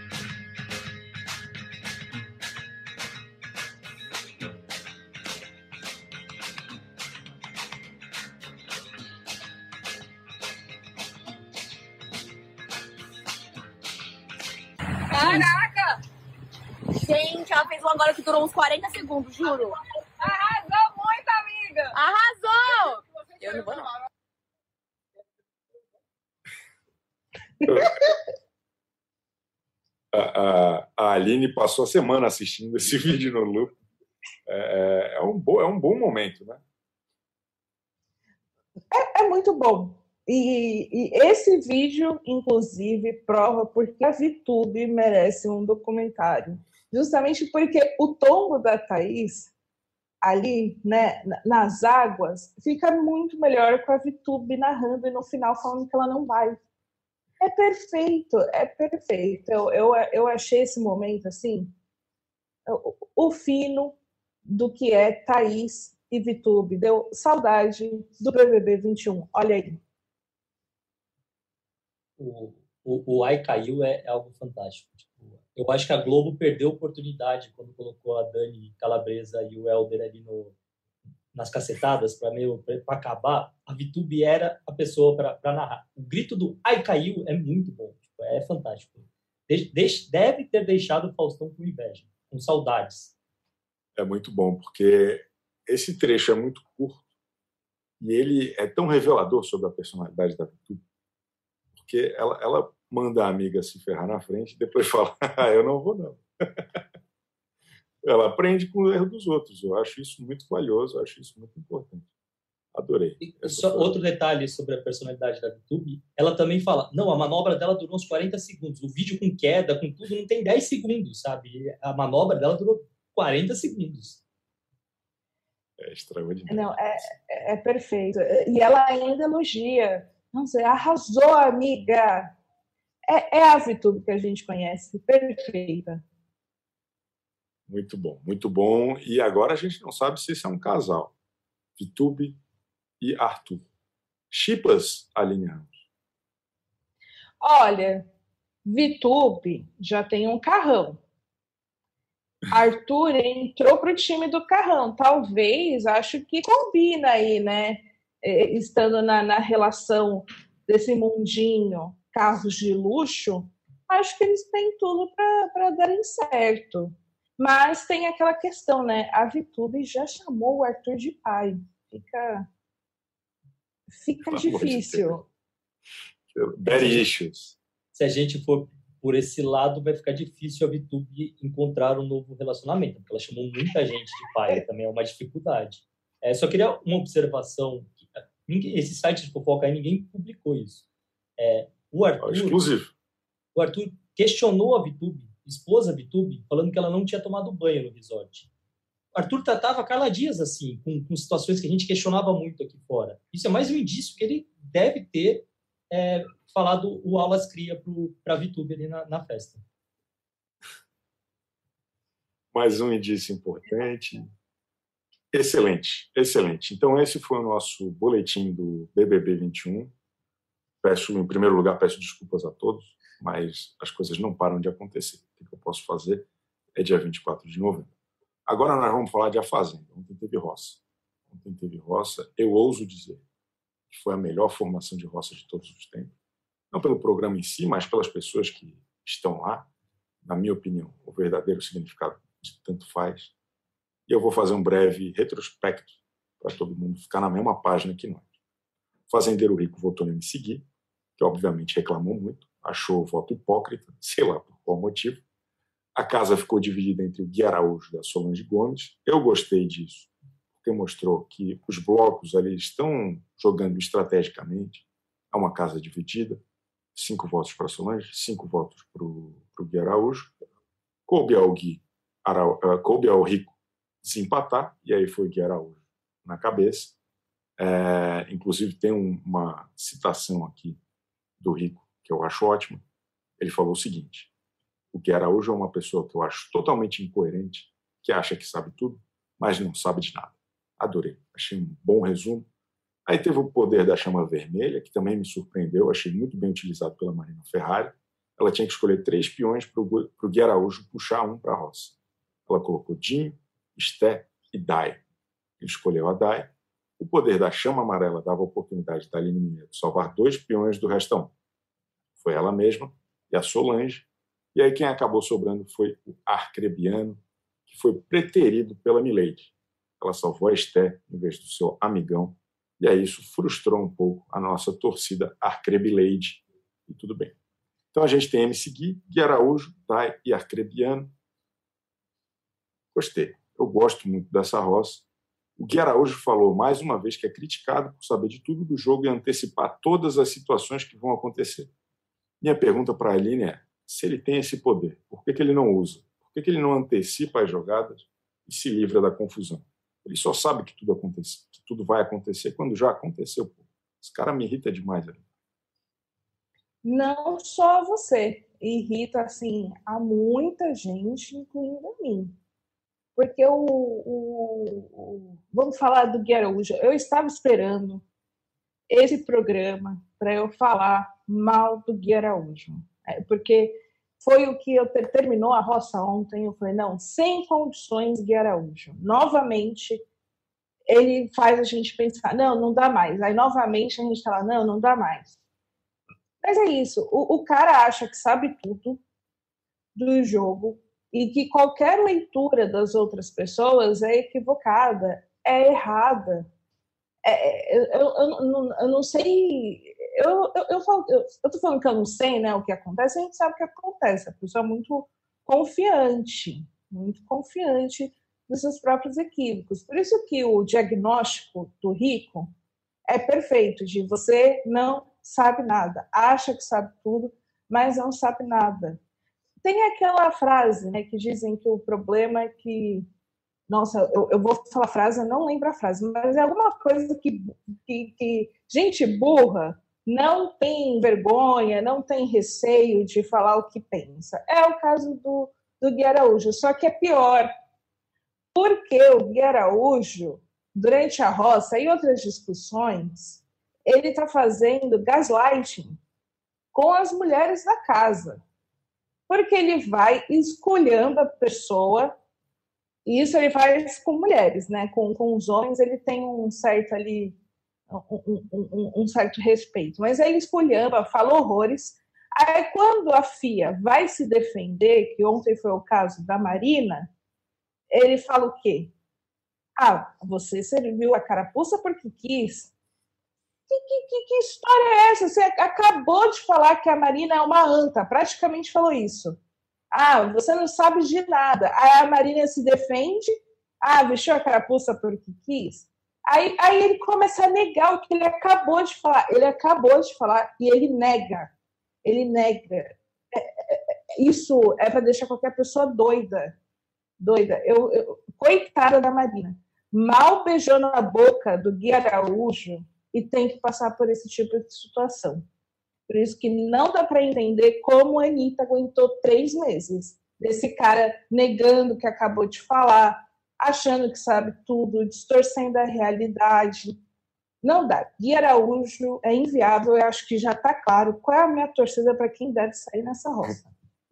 Caraca! Gente, ela fez um agora que durou uns quarenta segundos, juro. Arrasou muito, amiga! Arrasou! Eu não vou, não. A, a, a Aline passou a semana assistindo esse vídeo no loop. É, é, um, bo, é um bom momento, né? É, é muito bom. E, e esse vídeo, inclusive, prova porque a VTube merece um documentário. Justamente porque o tombo da Thaís, ali, né, nas águas, fica muito melhor com a VTube narrando e no final falando que ela não vai. É perfeito, é perfeito. Eu, eu, eu achei esse momento, assim, o, o fino do que é Thaís e VTube. Deu saudade do B B B vinte e um. Olha aí. O, o, o Ai Caiu é, é algo fantástico. Tipo, eu acho que a Globo perdeu a oportunidade quando colocou a Dani Calabresa e o Helder ali no, nas cacetadas para acabar. A VTube era a pessoa para narrar. O grito do Ai Caiu é muito bom. Tipo, é fantástico. De, de, deve ter deixado o Faustão com inveja, com saudades. É muito bom, porque esse trecho é muito curto e ele é tão revelador sobre a personalidade da VTube, porque ela, ela manda a amiga se ferrar na frente e depois fala, ah, eu não vou não. Ela aprende com o erro dos outros. Eu acho isso muito valioso, eu acho isso muito importante. Adorei. E só foi... Outro detalhe sobre a personalidade da VTube, ela também fala, não, a manobra dela durou uns quarenta segundos, o vídeo com queda, com tudo, não tem dez segundos, sabe? A manobra dela durou quarenta segundos. É extraordinário. Não, é, é, é perfeito. E ela ainda elogia. Não sei, arrasou, amiga. É, é a VTube que a gente conhece. Perfeita. Muito bom, muito bom. E agora a gente não sabe se isso é um casal. VTube e Arthur. Chipas, Aline Ramos? Olha, VTube já tem um carrão. Arthur entrou para o time do carrão. Talvez, acho que combina aí, né? Estando na, na relação desse mundinho, carros de luxo, acho que eles têm tudo para darem certo. Mas tem aquela questão, né? A VTube já chamou o Arthur de pai. Fica, fica difícil. Daddy issues. Se a gente for por esse lado, vai ficar difícil a VTube encontrar um novo relacionamento, porque ela chamou muita gente de pai, também é uma dificuldade. É, só queria uma observação. Ninguém, esse site de fofoca aí, ninguém publicou isso. É, o Arthur, exclusivo. O Arthur questionou a VTube, esposa a VTube, falando que ela não tinha tomado banho no resort. O Arthur tratava a Carla Dias assim, com, com situações que a gente questionava muito aqui fora. Isso é mais um indício que ele deve ter é, falado o Aulas Cria para a VTube ali na, na festa. Mais um indício importante. Excelente, excelente. Então, esse foi o nosso boletim do B B B vinte e um. Peço, em primeiro lugar, peço desculpas a todos, mas as coisas não param de acontecer. O que eu posso fazer é dia vinte e quatro de novembro. Agora nós vamos falar de A Fazenda. Ontem teve roça. Ontem teve roça. Eu ouso dizer que foi a melhor formação de roça de todos os tempos. Não pelo programa em si, mas pelas pessoas que estão lá. Na minha opinião, o verdadeiro significado de tanto faz. E eu vou fazer um breve retrospecto para todo mundo ficar na mesma página que nós. O fazendeiro rico votou em me seguir, que obviamente reclamou muito, achou o voto hipócrita, sei lá por qual motivo. A casa ficou dividida entre o Gui Araújo e a Solange Gomes. Eu gostei disso, porque mostrou que os blocos ali estão jogando estrategicamente. É uma casa dividida, cinco votos para a Solange, cinco votos para o Gui Araújo. Coube ao Gui Araújo, uh, coube ao rico desempatar, e aí foi Gui Araújo na cabeça. É, inclusive tem um, uma citação aqui do Rico, que eu acho ótima. Ele falou o seguinte: o Gui Araújo é uma pessoa que eu acho totalmente incoerente, que acha que sabe tudo, mas não sabe de nada. Adorei, achei um bom resumo. Aí teve o poder da chama vermelha, que também me surpreendeu, achei muito bem utilizado pela Marina Ferrari. Ela tinha que escolher três peões para o Gui Araújo puxar um para a roça. Ela colocou Dinho, Esté e Dai. Ele escolheu a Dai. O poder da chama amarela dava a oportunidade da Aline Mineiro salvar dois peões do restão. Foi ela mesma e a Solange. E aí quem acabou sobrando foi o Arcrebiano, que foi preterido pela Milady. Ela salvou a Esté em vez do seu amigão. E aí isso frustrou um pouco a nossa torcida Arcrebilade. E tudo bem. Então a gente tem M C Gui, Gui Araújo, Dai e Arcrebiano. Gostei. Eu gosto muito dessa roça. O Gui Araújo falou mais uma vez que é criticado por saber de tudo do jogo e antecipar todas as situações que vão acontecer. Minha pergunta para a Aline é: se ele tem esse poder, por que, que ele não usa? Por que, que ele não antecipa as jogadas e se livra da confusão? Ele só sabe que tudo, acontece, que tudo vai acontecer quando já aconteceu. Pô. Esse cara me irrita demais. Ali. Não só você. Irrita, assim, a muita gente, incluindo a mim. Porque o, o, o... Vamos falar do Gui Araújo. Eu estava esperando esse programa para eu falar mal do Gui Araújo. É, porque foi o que eu ter, terminou a roça ontem. Eu falei, não, sem condições, Gui Araújo. Novamente, ele faz a gente pensar, não, não dá mais. Aí, novamente, a gente fala, não, não dá mais. Mas é isso. O, o cara acha que sabe tudo do jogo e que qualquer leitura das outras pessoas é equivocada, é errada. É, eu, eu, eu, eu não sei... Eu eu, eu, falo, eu, eu tô falando que eu não sei, né, o que acontece, a gente sabe o que acontece. A pessoa é muito confiante, muito confiante dos seus próprios equívocos. Por isso que o diagnóstico do Rico é perfeito, de você não sabe nada, acha que sabe tudo, mas não sabe nada. Tem aquela frase, né, que dizem que o problema é que... Nossa, eu, eu vou falar a frase, eu não lembro a frase, mas é alguma coisa que, que, que gente burra não tem vergonha, não tem receio de falar o que pensa. É o caso do, do Gui Araújo, só que é pior, porque o Gui Araújo, durante a roça e outras discussões, ele está fazendo gaslighting com as mulheres da casa. Porque ele vai escolhendo a pessoa, e isso ele faz com mulheres, né? Com, com os homens ele tem um certo ali, um, um, um certo respeito. Mas ele escolhendo, fala horrores. Aí quando a Fia vai se defender, que ontem foi o caso da Marina, ele fala o quê? Ah, você serviu a carapuça porque quis. Que, que, que história é essa? Você acabou de falar que a Marina é uma anta, praticamente falou isso. Ah, você não sabe de nada. Aí a Marina se defende, ah, vestiu a carapuça porque quis. Aí, aí ele começa a negar o que ele acabou de falar. Ele acabou de falar e ele nega. Ele nega. É, é, isso é para deixar qualquer pessoa doida. Doida. Eu, eu, coitada da Marina. Mal beijou na boca do Gui Araújo e tem que passar por esse tipo de situação. Por isso que não dá para entender como a Anitta aguentou três meses desse cara negando o que acabou de falar, achando que sabe tudo, distorcendo a realidade. Não dá. Gui Araújo é inviável, eu acho que já está claro qual é a minha torcida para quem deve sair nessa roça.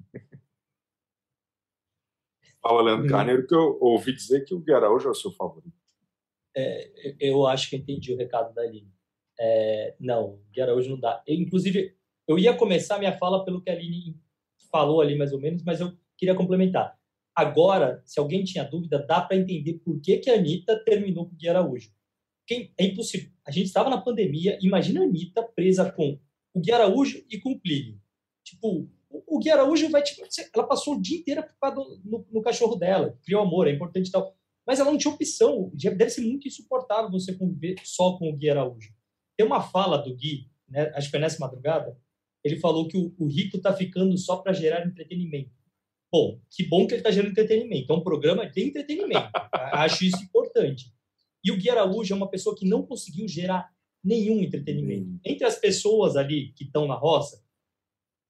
Fala, Leandro Carneiro, que eu ouvi dizer que o Gui Araújo é o seu favorito. É, eu acho que eu entendi o recado da Aline. É, não, Gui Araújo não dá. Eu, inclusive, eu ia começar minha fala pelo que a Aline falou ali, mais ou menos, mas eu queria complementar. Agora, se alguém tinha dúvida, dá para entender por que, que a Anitta terminou com o Gui Araújo. Quem, é impossível. A gente estava na pandemia, imagina a Anitta presa com o Gui Araújo e com o Plínio. Tipo, o, o Gui Araújo vai... Tipo, ela passou o dia inteiro do, no, no cachorro dela, criou amor, é importante e tal. Mas ela não tinha opção. Deve ser muito insuportável você conviver só com o Gui Araújo. Tem uma fala do Gui, né, acho que foi nessa madrugada, ele falou que o, o Rico está ficando só para gerar entretenimento. Bom, que bom que ele está gerando entretenimento. É um programa de entretenimento. Acho isso importante. E o Gui Araújo é uma pessoa que não conseguiu gerar nenhum entretenimento. Entre as pessoas ali que estão na roça,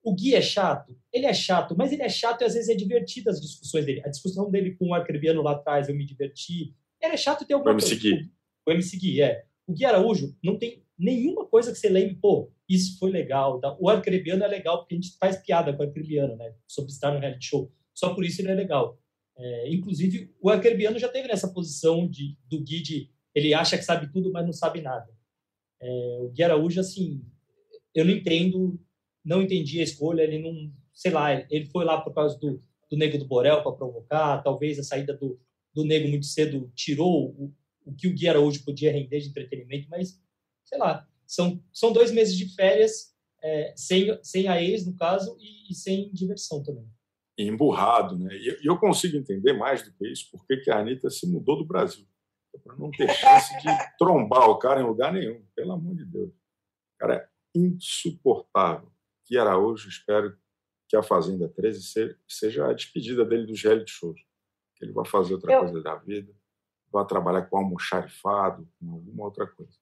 o Gui é chato? Ele é chato, mas ele é chato e às vezes é divertido as discussões dele. A discussão dele com o Arcrebiano lá atrás, eu me diverti. Ele é chato e tem alguma o coisa. M C Gui. O M C Gui, é. O Gui Araújo não tem nenhuma coisa que você lembre, pô, isso foi legal. Tá? O Arcrebiano é legal porque a gente faz piada com o Arcrebiano, né? Sobre estar no reality show. Só por isso ele é legal. É, inclusive, o Arcrebiano já teve nessa posição de, do Gui de ele acha que sabe tudo, mas não sabe nada. É, o Gui Araújo, assim, eu não entendo, não entendi a escolha, ele não, sei lá, ele foi lá por causa do, do Nego do Borel para provocar, talvez a saída do, do Nego muito cedo tirou o, o que o Gui Araújo podia render de entretenimento, mas, sei lá, são, são dois meses de férias, é, sem, sem a ex, no caso, e, e sem diversão também. Emburrado, né? E eu consigo entender mais do que isso, porque que a Anitta se mudou do Brasil, para não ter chance de trombar o cara em lugar nenhum, pelo amor de Deus. O cara é insuportável. Que Araújo, espero que a Fazenda treze seja a despedida dele dos reality shows, que ele vai fazer outra eu... coisa da vida, vai trabalhar com almoxarifado, com alguma outra coisa.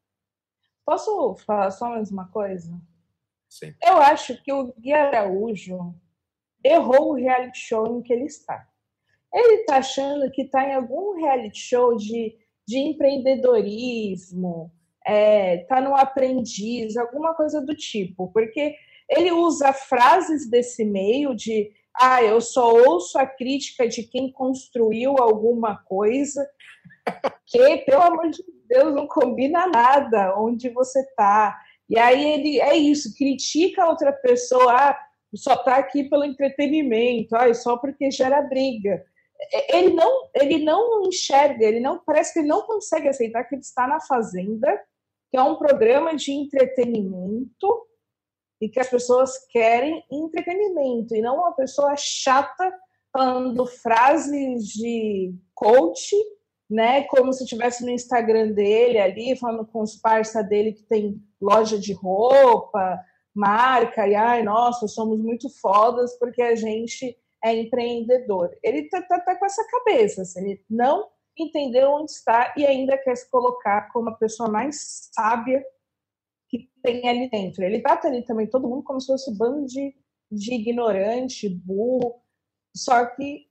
Posso falar só mais uma coisa? Sim. Eu acho que o Gui Araújo errou o reality show em que ele está. Ele está achando que está em algum reality show de, de empreendedorismo, está é, no Aprendiz, alguma coisa do tipo, porque ele usa frases desse meio de ah, eu só ouço a crítica de quem construiu alguma coisa, que, pelo amor de Deus, não combina nada onde você está. E aí ele é isso, critica a outra pessoa, ah, só está aqui pelo entretenimento, ah, só porque gera briga. Ele não, ele não enxerga, ele não, parece que ele não consegue aceitar que ele está na Fazenda, que é um programa de entretenimento e que as pessoas querem entretenimento, e não uma pessoa chata falando frases de coach, né, como se estivesse no Instagram dele ali, falando com os parça dele que tem loja de roupa, marca, e ai, nossa, somos muito fodas porque a gente é empreendedor. Ele tá, tá, tá com essa cabeça, assim, ele não entendeu onde está e ainda quer se colocar como a pessoa mais sábia que tem ali dentro. Ele trata ali também todo mundo como se fosse um bando de, de ignorante, burro, só que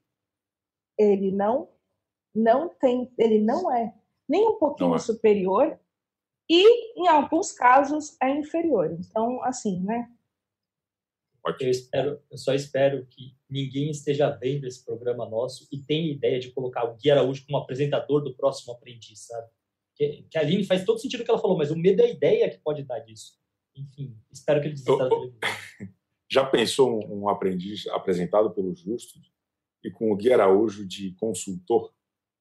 ele não, não tem, ele não é nem um pouquinho é. superior e, em alguns casos, é inferior. Então, assim, né? Eu, espero, eu só espero que ninguém esteja vendo esse programa nosso e tenha ideia de colocar o Gui Araújo como apresentador do próximo Aprendiz, sabe? Que, que a Aline faz todo sentido o que ela falou, mas o medo é a ideia que pode dar disso. Enfim, espero que ele desista da televisão. Já pensou um, um aprendiz apresentado pelo Justus e com o Gui Araújo de consultor?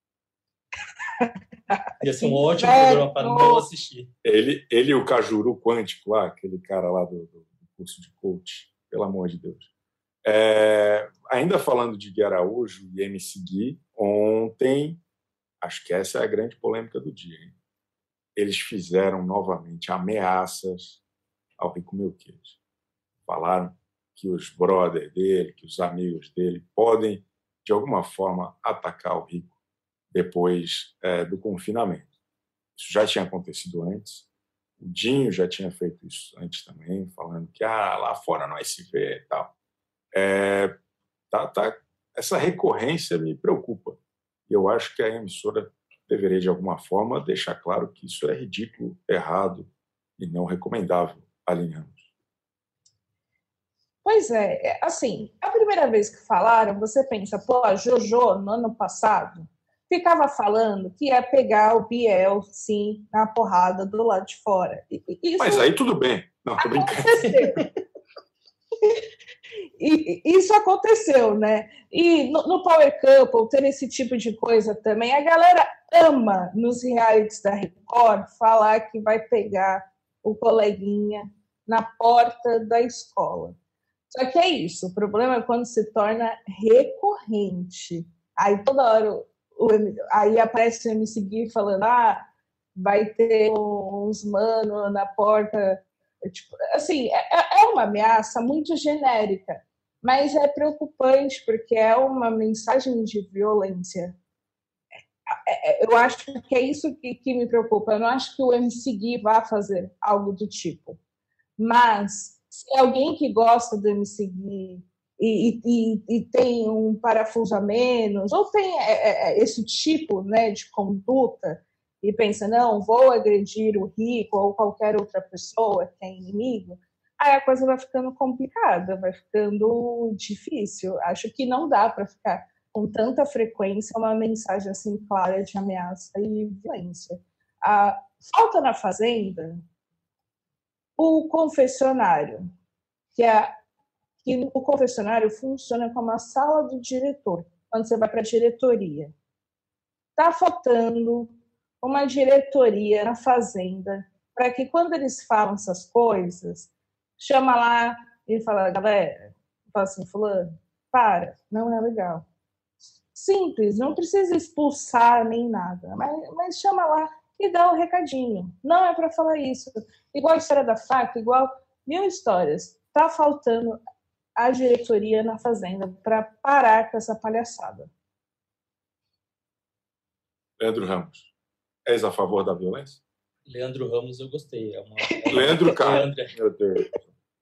Ia ser um ótimo é, programa para não assistir. Ele, ele e o Cajuru Quântico lá, aquele cara lá do, do curso de coach. Pelo amor de Deus. É, ainda falando de Gui Araújo e M C Gui, ontem, acho que essa é a grande polêmica do dia, hein? Eles fizeram novamente ameaças ao Rico Melquiades. Falaram que os brothers dele, que os amigos dele podem, de alguma forma, atacar o Rico depois é, do confinamento. Isso já tinha acontecido antes. O Dinho já tinha feito isso antes também, falando que ah, lá fora nós se vê e tal. É, tá, tá, essa recorrência me preocupa. Eu acho que a emissora deveria, de alguma forma, deixar claro que isso é ridículo, errado e não recomendável, Aline Ramos. Pois é, assim, a primeira vez que falaram, você pensa, pô, a Jojo, no ano passado, ficava falando que ia pegar o Biel, sim, na porrada do lado de fora. Isso Mas aí tudo bem. Não, tô brincando. E isso aconteceu, né? E no, no Power Couple, ter esse tipo de coisa também, a galera ama, nos realities da Record, falar que vai pegar o coleguinha na porta da escola. Só que é isso, o problema é quando se torna recorrente. Aí toda hora... Aí aparece o M C Gui falando, ah, vai ter uns mano na porta. Tipo, assim, é, é uma ameaça muito genérica, mas é preocupante porque é uma mensagem de violência. Eu acho que é isso que, que me preocupa. Eu não acho que o M C Gui vá fazer algo do tipo, mas se é alguém que gosta de me seguir e, e, e tem um parafuso a menos, ou tem esse tipo, né, de conduta, e pensa, não, vou agredir o rico ou qualquer outra pessoa que é inimigo, aí a coisa vai ficando complicada, vai ficando difícil. Acho que não dá para ficar com tanta frequência uma mensagem assim clara de ameaça e violência. A falta na Fazenda o confessionário, que, é, que o confessionário funciona como a sala do diretor, quando você vai para a diretoria. Está faltando uma diretoria na Fazenda para que quando eles falam essas coisas, chama lá e fala, galera, fala assim, fulano, para, não é legal. Simples, não precisa expulsar nem nada, mas, mas chama lá e dá o um recadinho. Não é para falar isso. Igual a história da faca, igual mil histórias. Está faltando a diretoria na Fazenda para parar com essa palhaçada. Leandro Ramos, és a favor da violência? Leandro Ramos eu gostei. É uma... Leandro Carlos. Meu Deus.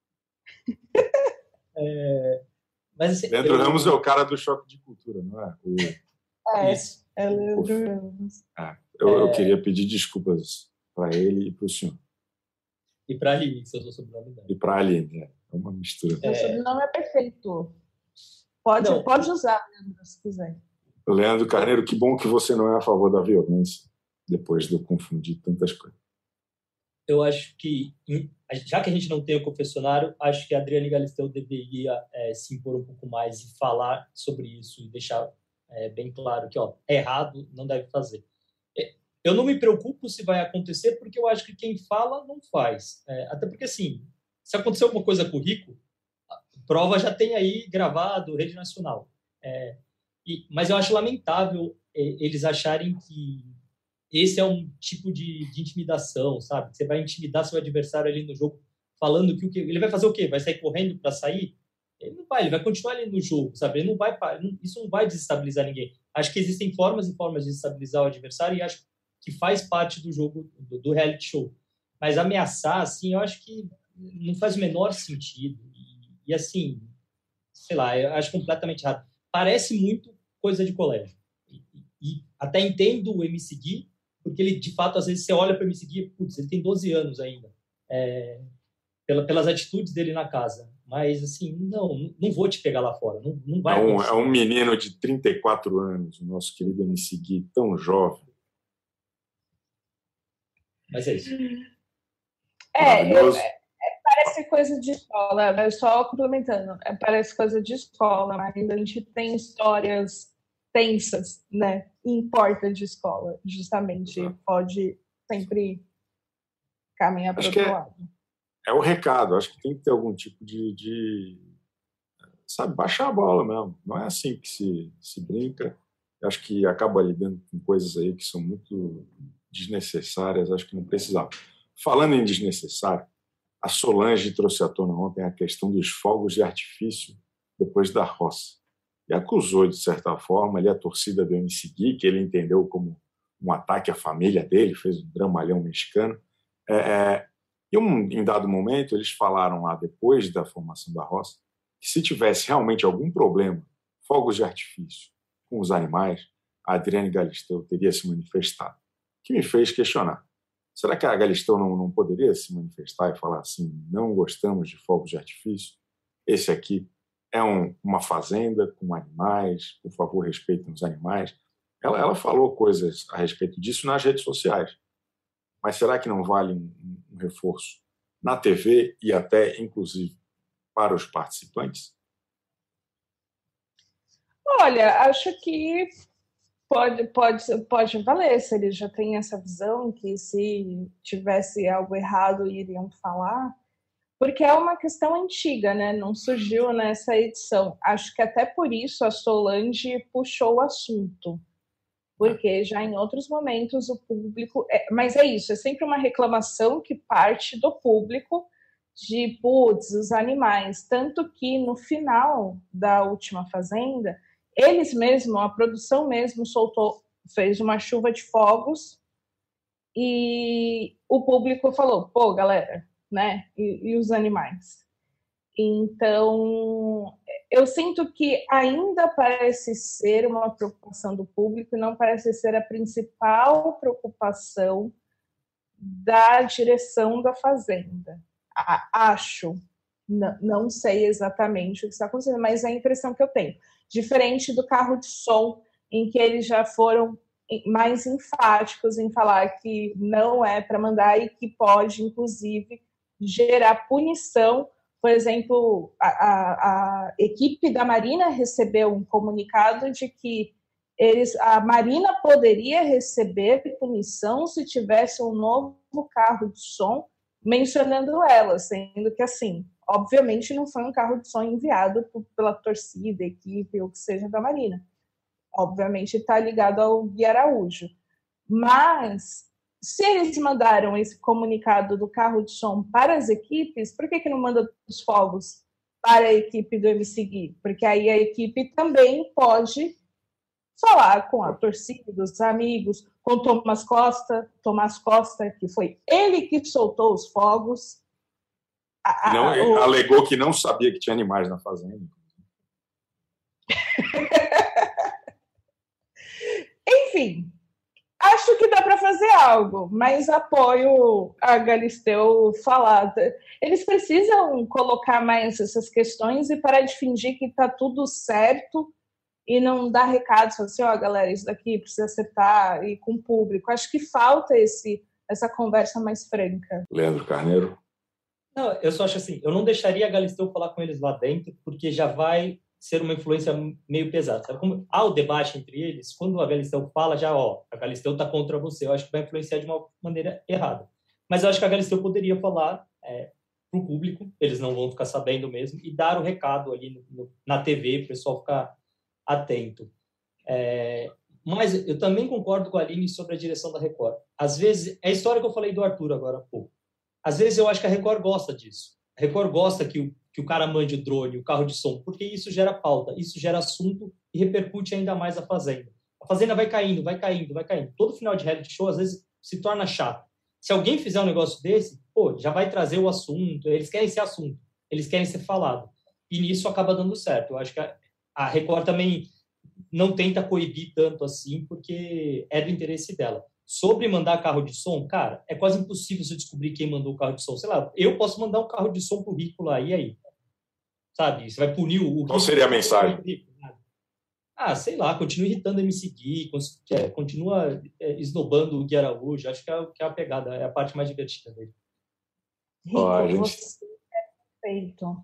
É... Mas, assim, Leandro eu... Ramos é o cara do choque de cultura, não é? O... É, Isso. é Leandro Ramos. É, eu, é... eu queria pedir desculpas para ele e para o senhor. E para a Aline, que é o seu sobrenome dela. E para a Aline, é uma mistura. Meu sobrenome é perfeito. Pode, pode usar, Leandro, se quiser. Leandro Carneiro, que bom que você não é a favor da violência, depois de eu confundir tantas coisas. Eu acho que, já que a gente não tem o confessionário, acho que a Adriane Galisteu deveria é, se impor um pouco mais e falar sobre isso e deixar é, bem claro que ó, é errado, não deve fazer. Eu não me preocupo se vai acontecer, porque eu acho que quem fala não faz. É, até porque, assim, se acontecer alguma coisa com o Rico, a prova já tem aí gravado, rede nacional. É, e, mas eu acho lamentável é, eles acharem que esse é um tipo de, de intimidação, sabe? Você vai intimidar seu adversário ali no jogo, falando que o que ele vai fazer o quê? Vai sair correndo para sair? Ele não vai, ele vai continuar ali no jogo, sabe? Ele não vai, isso não vai desestabilizar ninguém. Acho que existem formas e formas de desestabilizar o adversário e acho que faz parte do jogo, do, do reality show. Mas ameaçar, assim, eu acho que não faz o menor sentido. E, e assim, sei lá, eu acho completamente errado. Parece muito coisa de colégio. E, e até entendo o M C Gui, porque ele, de fato, às vezes você olha para o M C Gui, putz, ele tem doze anos ainda, é, pela, pelas atitudes dele na casa. Mas, assim, não, não vou te pegar lá fora. Não, não vai é, um, é um menino de trinta e quatro anos, o nosso querido M C Gui, tão jovem. Mas é isso. É, eu, é, parece coisa de escola, mas só complementando, é, parece coisa de escola, mas a gente tem histórias tensas, né? Em porta de escola, justamente, uhum. Pode sempre caminhar para o outro é, lado. É o recado, acho que tem que ter algum tipo de, de sabe, baixar a bola mesmo. Não é assim que se, se brinca. Acho que acaba lidando com coisas aí que são muito desnecessárias, acho que não precisava. Falando em desnecessário, a Solange trouxe à tona ontem a questão dos fogos de artifício depois da roça. E acusou, de certa forma, ali a torcida do M C Gui, que ele entendeu como um ataque à família dele, fez um dramalhão mexicano. É, é, e um, em dado momento, eles falaram lá, depois da formação da roça, que se tivesse realmente algum problema, fogos de artifício com os animais, a Adriane Galisteu teria se manifestado. Que me fez questionar. Será que a Galisteu não, não poderia se manifestar e falar assim, não gostamos de fogos de artifício? Esse aqui é um, uma fazenda com animais, por favor, respeitem os animais. Ela, ela falou coisas a respeito disso nas redes sociais. Mas será que não vale um, um reforço na T V e até, inclusive, para os participantes? Olha, acho que Pode, pode, pode valer, se eles já têm essa visão que se tivesse algo errado iriam falar, porque é uma questão antiga, né? Não surgiu nessa edição. Acho que até por isso a Solange puxou o assunto, porque já em outros momentos o público... É, mas é isso, é sempre uma reclamação que parte do público de, putz, os animais. Tanto que no final da última Fazenda... Eles mesmos, a produção mesmo, soltou, fez uma chuva de fogos e o público falou, pô, galera, né? E, e os animais? Então, eu sinto que ainda parece ser uma preocupação do público e não parece ser a principal preocupação da direção da Fazenda. Acho, não sei exatamente o que está acontecendo, mas é a impressão que eu tenho. Diferente do carro de som, em que eles já foram mais enfáticos em falar que não é para mandar e que pode, inclusive, gerar punição. Por exemplo, a, a, a equipe da Marina recebeu um comunicado de que eles, a Marina poderia receber punição se tivesse um novo carro de som mencionando ela, sendo que, assim, obviamente não foi um carro de som enviado por, pela torcida, equipe, ou que seja da Marina. Obviamente está ligado ao Gui Araújo. Mas, se eles mandaram esse comunicado do carro de som para as equipes, por que, que não manda os fogos para a equipe do M C Gui? Porque aí a equipe também pode falar com a torcida, os amigos, com o Tomás Costa, Tomás Costa, que foi ele que soltou os fogos. A, não, a, o... Alegou que não sabia que tinha animais na fazenda. Enfim, acho que dá para fazer algo, mas apoio a Galisteu falar. Eles precisam colocar mais essas questões e parar de fingir que está tudo certo e não dar recados assim, ó, oh, galera, isso daqui precisa acertar e com o público. Acho que falta esse, essa conversa mais franca. Leandro Carneiro? Não, eu só acho assim, eu não deixaria a Galisteu falar com eles lá dentro, porque já vai ser uma influência meio pesada. Sabe? Como há o debate entre eles, quando a Galisteu fala, já, ó, a Galisteu está contra você, eu acho que vai influenciar de uma maneira errada. Mas eu acho que a Galisteu poderia falar é, para o público, eles não vão ficar sabendo mesmo, e dar o recado ali no, no, na T V, para o pessoal ficar atento. É, mas eu também concordo com a Aline sobre a direção da Record. Às vezes, é a história que eu falei do Arthur agora há pouco. Às vezes eu acho que a Record gosta disso. A Record gosta que o, que o cara mande o drone, o carro de som, porque isso gera pauta, isso gera assunto e repercute ainda mais a Fazenda. A Fazenda vai caindo, vai caindo, vai caindo. Todo final de reality show, às vezes, se torna chato. Se alguém fizer um negócio desse, pô, já vai trazer o assunto, eles querem ser assunto, eles querem ser falado. E nisso acaba dando certo. Eu acho que a, a Record também não tenta coibir tanto assim, porque é do interesse dela. Sobre mandar carro de som, cara, é quase impossível você descobrir quem mandou o carro de som. Sei lá, eu posso mandar um carro de som pro Rico lá, e aí? Sabe? Você vai punir o Rico. Qual seria a mensagem? Ah, sei lá, continua irritando o M C Gui, continua esnobando o Gui Araújo. Acho que é, que é a pegada, é a parte mais divertida dele. Rico, oh, a gente... você é perfeito.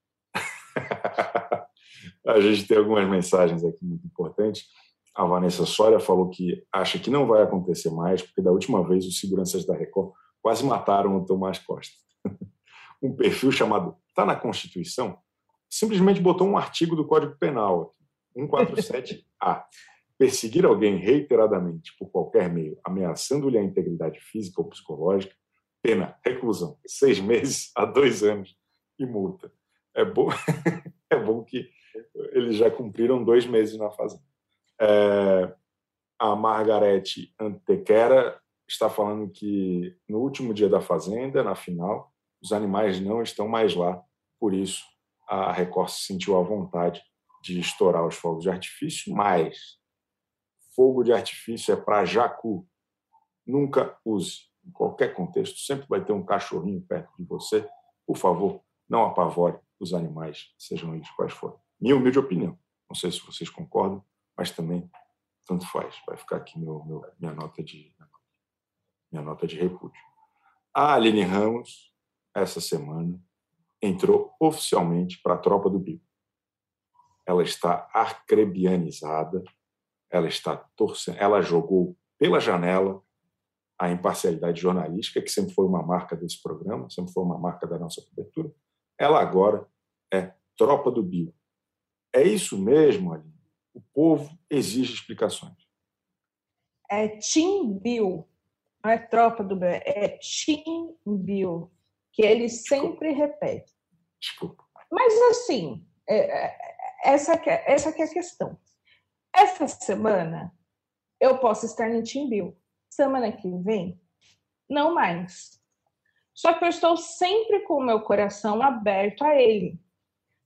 A gente tem algumas mensagens aqui muito importantes. A Vanessa Soria falou que acha que não vai acontecer mais, porque da última vez os seguranças da Record quase mataram o Tomás Costa. Um perfil chamado Tá na Constituição simplesmente botou um artigo do Código Penal, cento e quarenta e sete A. Perseguir alguém reiteradamente por qualquer meio, ameaçando-lhe a integridade física ou psicológica, pena, reclusão, seis meses a dois anos e multa. É bom, é bom que eles já cumpriram dois meses na Fazenda. É, a Margarete Antequera está falando que no último dia da Fazenda, na final, os animais não estão mais lá, por isso a Record se sentiu à vontade de estourar os fogos de artifício, mas fogo de artifício é para jacu, nunca use. Em qualquer contexto, sempre vai ter um cachorrinho perto de você. Por favor, não apavore os animais, sejam eles quais forem. Minha humilde opinião. Não sei se vocês concordam, mas também tanto faz. Vai ficar aqui meu, meu, minha, nota de, minha nota de repúdio. A Aline Ramos, essa semana, entrou oficialmente para a Tropa do Bico. Ela está arcrebianizada, ela está torcendo, ela jogou pela janela a imparcialidade jornalística, que sempre foi uma marca desse programa, sempre foi uma marca da nossa cobertura. Ela agora é Tropa do Bico. É isso mesmo, Aline? O povo exige explicações. É Team Bill, não é Tropa do Bill, é Team Bill, que ele sempre Desculpa. repete. Desculpa. Mas, assim, é, essa, que é, essa que é a questão. Essa semana, eu posso estar no Team Bill. Semana que vem, não mais. Só que eu estou sempre com o meu coração aberto a ele.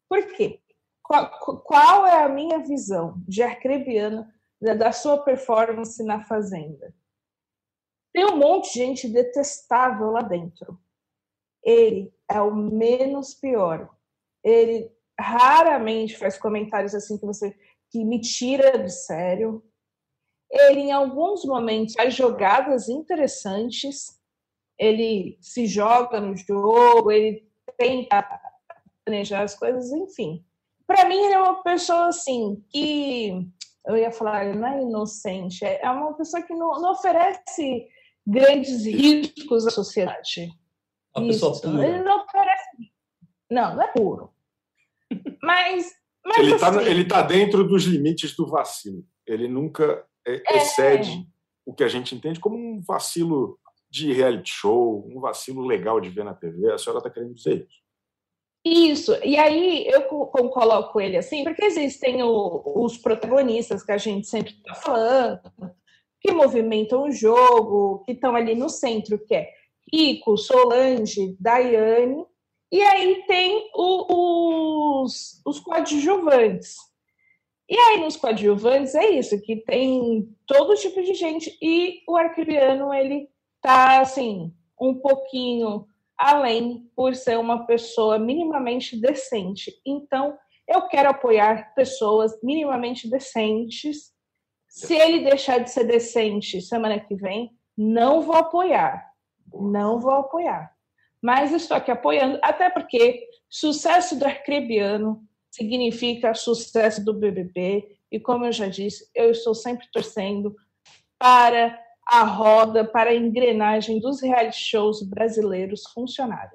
Por quê? Qual, qual é a minha visão de Arcrebiano, da, da sua performance na Fazenda? Tem um monte de gente detestável lá dentro. Ele é o menos pior. Ele raramente faz comentários assim que você que me tira do sério. Ele, em alguns momentos, faz jogadas interessantes. Ele se joga no jogo, ele tenta planejar as coisas, enfim. Para mim, ele é uma pessoa assim que eu ia falar, ele não é inocente, é uma pessoa que não, não oferece grandes riscos à sociedade. Uma pessoa pura. Ele não oferece. Não, não é puro. Mas, mas ele está assim, ele tá dentro dos limites do vacilo. Ele nunca excede é... o que a gente entende como um vacilo de reality show, um vacilo legal de ver na T V. A senhora está querendo dizer isso? Isso. E aí eu coloco ele assim, porque existem o, os protagonistas que a gente sempre está falando, que movimentam o jogo, que estão ali no centro, que é Rico, Solange, Daiane. E aí tem o, os, os coadjuvantes. E aí nos coadjuvantes é isso, que tem todo tipo de gente. E o Arcrebiano, ele tá assim, um pouquinho além por ser uma pessoa minimamente decente. Então, eu quero apoiar pessoas minimamente decentes. Se ele deixar de ser decente semana que vem, não vou apoiar. Não vou apoiar. Mas estou aqui apoiando, até porque sucesso do Arcrebiano significa sucesso do B B B. E como eu já disse, eu estou sempre torcendo para a roda, para a engrenagem dos reality shows brasileiros funcionarem.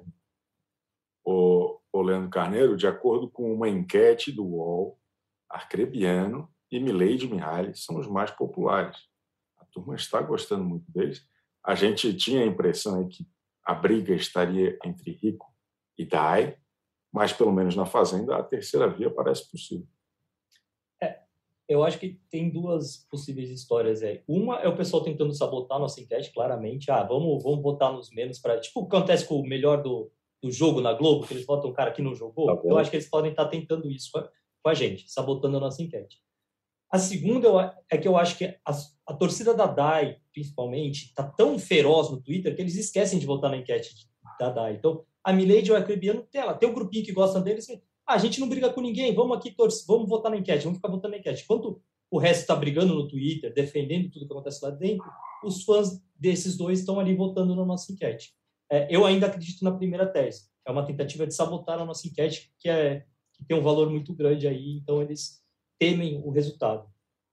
O, o Leandro Carneiro, de acordo com uma enquete do U O L, Arcrebiano e Milady Mihaly são os mais populares. A turma está gostando muito deles. A gente tinha a impressão aí que a briga estaria entre Rico e Dai, mas pelo menos na Fazenda a terceira via parece possível. É, eu acho que tem duas possíveis histórias aí. Uma é o pessoal tentando sabotar a nossa enquete, claramente. Ah, vamos, vamos votar nos menos para... Tipo o que acontece com o melhor do, do jogo na Globo, que eles votam um cara que não jogou. Tá, eu acho que eles podem estar tentando isso com a, com a gente, sabotando a nossa enquete. A segunda é que eu acho que a, a torcida da Dai, principalmente, está tão feroz no Twitter que eles esquecem de votar na enquete da Dai. Então, a Milady e o Arcrebiano, tem, ela, tem um grupinho que gosta deles, ah, a gente não briga com ninguém, vamos aqui torcer, vamos votar na enquete, vamos ficar votando na enquete. Enquanto o resto está brigando no Twitter, defendendo tudo que acontece lá dentro, os fãs desses dois estão ali votando na nossa enquete. É, eu ainda acredito na primeira tese. É uma tentativa de sabotar a nossa enquete, que, é, que tem um valor muito grande aí, então eles temem o resultado.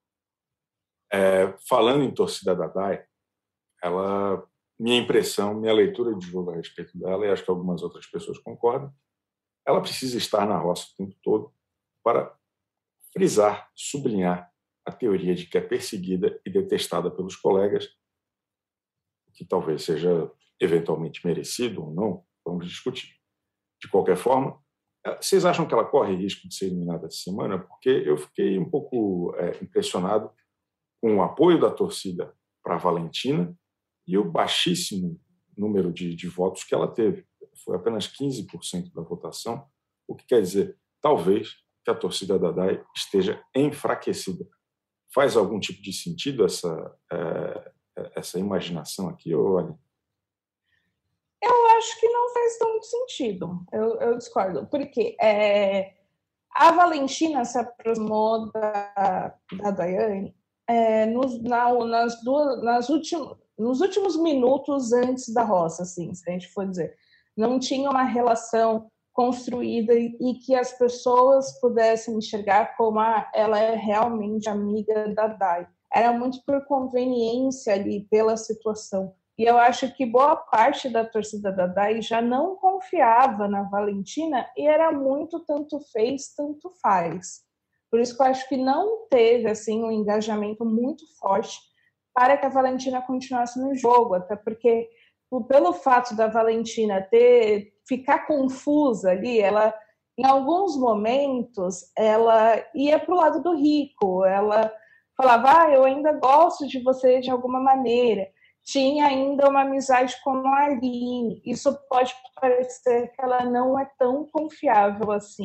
É, falando em torcida da Dai, ela, minha impressão, minha leitura de jogo a respeito dela, e acho que algumas outras pessoas concordam, ela precisa estar na roça o tempo todo para frisar, sublinhar a teoria de que é perseguida e detestada pelos colegas, que talvez seja eventualmente merecido ou não, vamos discutir. De qualquer forma, vocês acham que ela corre risco de ser eliminada essa semana? Porque eu fiquei um pouco é, impressionado com o apoio da torcida para a Valentina e o baixíssimo número de, de votos que ela teve. Foi apenas quinze por cento da votação, o que quer dizer, talvez, que a torcida da Dai esteja enfraquecida. Faz algum tipo de sentido essa, é, essa imaginação aqui, ou olha? Eu acho que não faz tanto sentido. Eu, eu discordo. Porque é, a Valentina se aproximou da, da Daiane é, nos, na, nas duas, nas últimos, nos últimos minutos antes da roça, assim, se a gente for dizer. Não tinha uma relação construída e, e que as pessoas pudessem enxergar como ah, ela é realmente amiga da Dai. Era muito por conveniência ali, pela situação. E eu acho que boa parte da torcida da Dai já não confiava na Valentina e era muito tanto fez, tanto faz. Por isso que eu acho que não teve assim, um engajamento muito forte para que a Valentina continuasse no jogo, até porque pelo fato da Valentina ter, ficar confusa ali, ela, em alguns momentos, ela ia para o lado do Rico, ela falava, ah, eu ainda gosto de você de alguma maneira. Tinha ainda uma amizade com a Aline. Isso pode parecer que ela não é tão confiável assim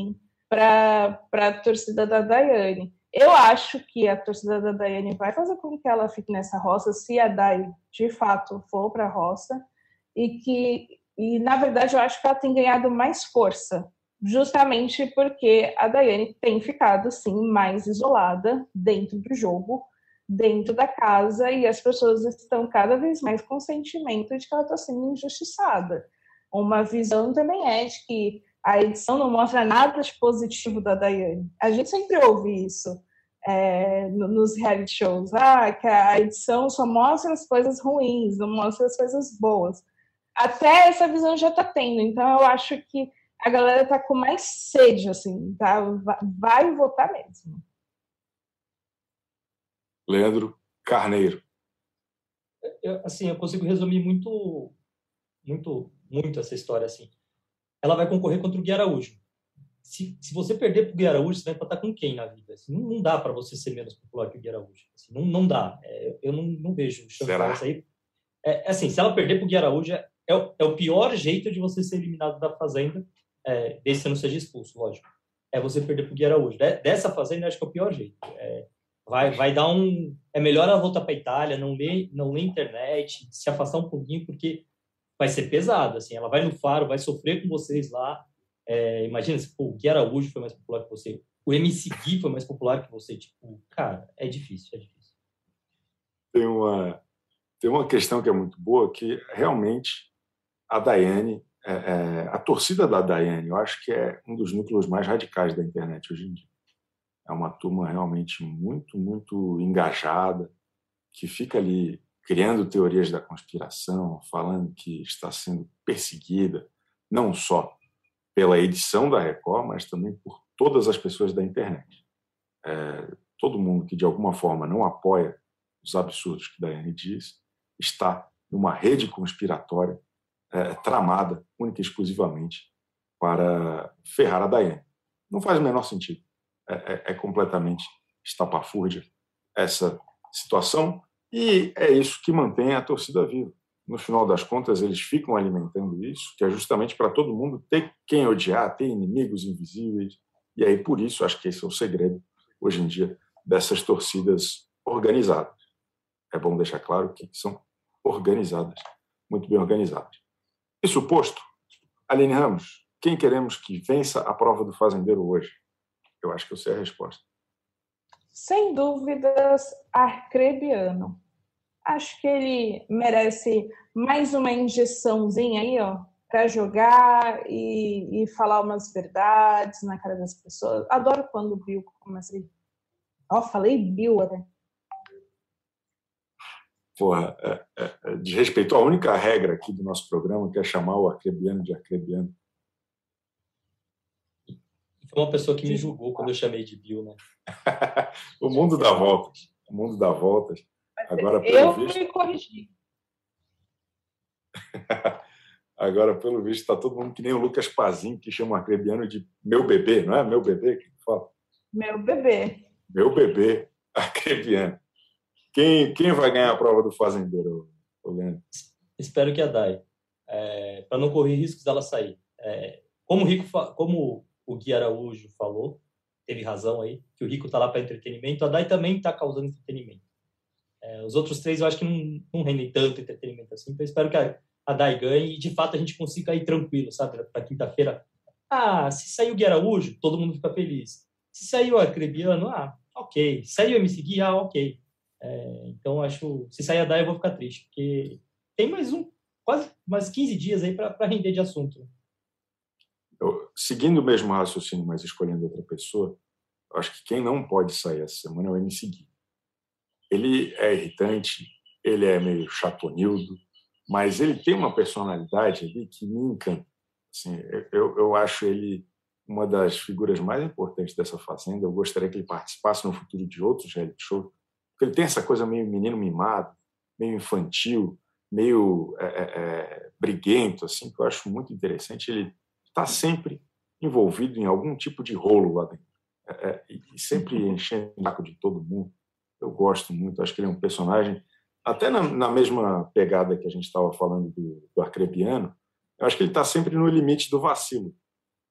para a torcida da Daiane. Eu acho que a torcida da Daiane vai fazer com que ela fique nessa roça, se a Dai de fato for para a roça, e que, e na verdade, eu acho que ela tem ganhado mais força, justamente porque a Daiane tem ficado, sim, mais isolada dentro do jogo, dentro da casa, e as pessoas estão cada vez mais com o sentimento de que ela está sendo injustiçada. Uma visão também é de que a edição não mostra nada de positivo da Daiane. A gente sempre ouve isso é, nos reality shows. Ah, que a edição só mostra as coisas ruins, não mostra as coisas boas. Até essa visão já está tendo. Então, eu acho que a galera está com mais sede, assim, tá? Vai votar mesmo. Leandro Carneiro. Eu, assim, eu consigo resumir muito, muito, muito essa história, assim. Ela vai concorrer contra o Gui Araújo. Se, se você perder para o Gui Araújo, você vai empatar com quem na vida? Assim, não, não dá para você ser menos popular que o Gui Araújo. Assim, não, não dá. É, eu não, não vejo chance dessa aí. É, assim, se ela perder para o Gui Araújo, é, é, o, é o pior jeito de você ser eliminado da Fazenda, é, desde que você não seja expulso, lógico. É você perder para o Gui Araújo. De, dessa Fazenda, eu acho que é o pior jeito. É, vai, vai dar um... É melhor ela voltar para a Itália, não ler, não ler internet, se afastar um pouquinho, porque vai ser pesado, assim, ela vai no Faro, vai sofrer com vocês lá. É, imagina se pô, o Gui Araújo foi mais popular que você, o M C Gui foi mais popular que você, tipo, cara, é difícil, é difícil. Tem uma, tem uma questão que é muito boa, que realmente a Daiane, é, é, a torcida da Daiane, eu acho que é um dos núcleos mais radicais da internet hoje em dia. É uma turma realmente muito, muito engajada, que fica ali criando teorias da conspiração, falando que está sendo perseguida, não só pela edição da Record, mas também por todas as pessoas da internet. É, todo mundo que, de alguma forma, não apoia os absurdos que Daiane diz, está numa rede conspiratória é, tramada, única e exclusivamente, para ferrar a Daiane. Não faz o menor sentido. É, é, é completamente estapafúrdia essa situação, e é isso que mantém a torcida viva. No final das contas, eles ficam alimentando isso, que é justamente para todo mundo ter quem odiar, ter inimigos invisíveis. E aí, por isso, acho que esse é o segredo, hoje em dia, dessas torcidas organizadas. É bom deixar claro que são organizadas, muito bem organizadas. Isso posto, Aline Ramos, quem queremos que vença a prova do fazendeiro hoje? Eu acho que eu sei a resposta. Sem dúvidas, Arcrebiano. Acho que ele merece mais uma injeçãozinha aí, ó, para jogar e, e falar umas verdades na cara das pessoas. Adoro quando o Bill começa a... Ó, falei Bill até. Porra, é, é, desrespeitou a única regra aqui do nosso programa, que é chamar o Arcrebiano de Arcrebiano. Foi uma pessoa que me julgou quando eu chamei de Bill, né? O mundo dá voltas. O mundo dá voltas. Agora, pelo eu visto... me corrigi. Agora, pelo visto, está todo mundo que nem o Lucas Pazin, que chama o Arcrebiano de meu bebê, não é? Meu bebê que fala? Meu bebê. Meu bebê, Arcrebiano. Quem, quem vai ganhar a prova do fazendeiro, Leandro? Espero que a Dai. É, para não correr riscos dela sair. É, como, o Rico, como o Gui Araújo falou, teve razão aí, que o Rico está lá para entretenimento, a Dai também está causando entretenimento. É, os outros três eu acho que não, não rendem tanto entretenimento assim, então eu espero que a, a Dai ganhe e de fato a gente consiga ir tranquilo, sabe, para quinta-feira. Ah, se sair o Gui Araújo, todo mundo fica feliz. Se sair o Arcrebiano, ah, ok. Se sair o M C Gui, ah, ok. É, então acho, se sair a Dai eu vou ficar triste, porque tem mais um, quase mais quinze dias aí para render de assunto. Eu, seguindo o mesmo raciocínio, mas escolhendo outra pessoa, eu acho que quem não pode sair essa semana é o M C Gui. Ele é irritante, ele é meio chatonildo, mas ele tem uma personalidade ali que me encanta. Assim, eu, eu acho ele uma das figuras mais importantes dessa fazenda. Eu gostaria que ele participasse no futuro de outros reality shows, porque ele tem essa coisa meio menino mimado, meio infantil, meio é, é, briguento, assim, que eu acho muito interessante. Ele está sempre envolvido em algum tipo de rolo lá dentro, é, é, e sempre enchendo o saco de todo mundo. Eu gosto muito, acho que ele é um personagem, até na, na mesma pegada que a gente estava falando do, do Arcrebiano, eu acho que ele está sempre no limite do vacilo.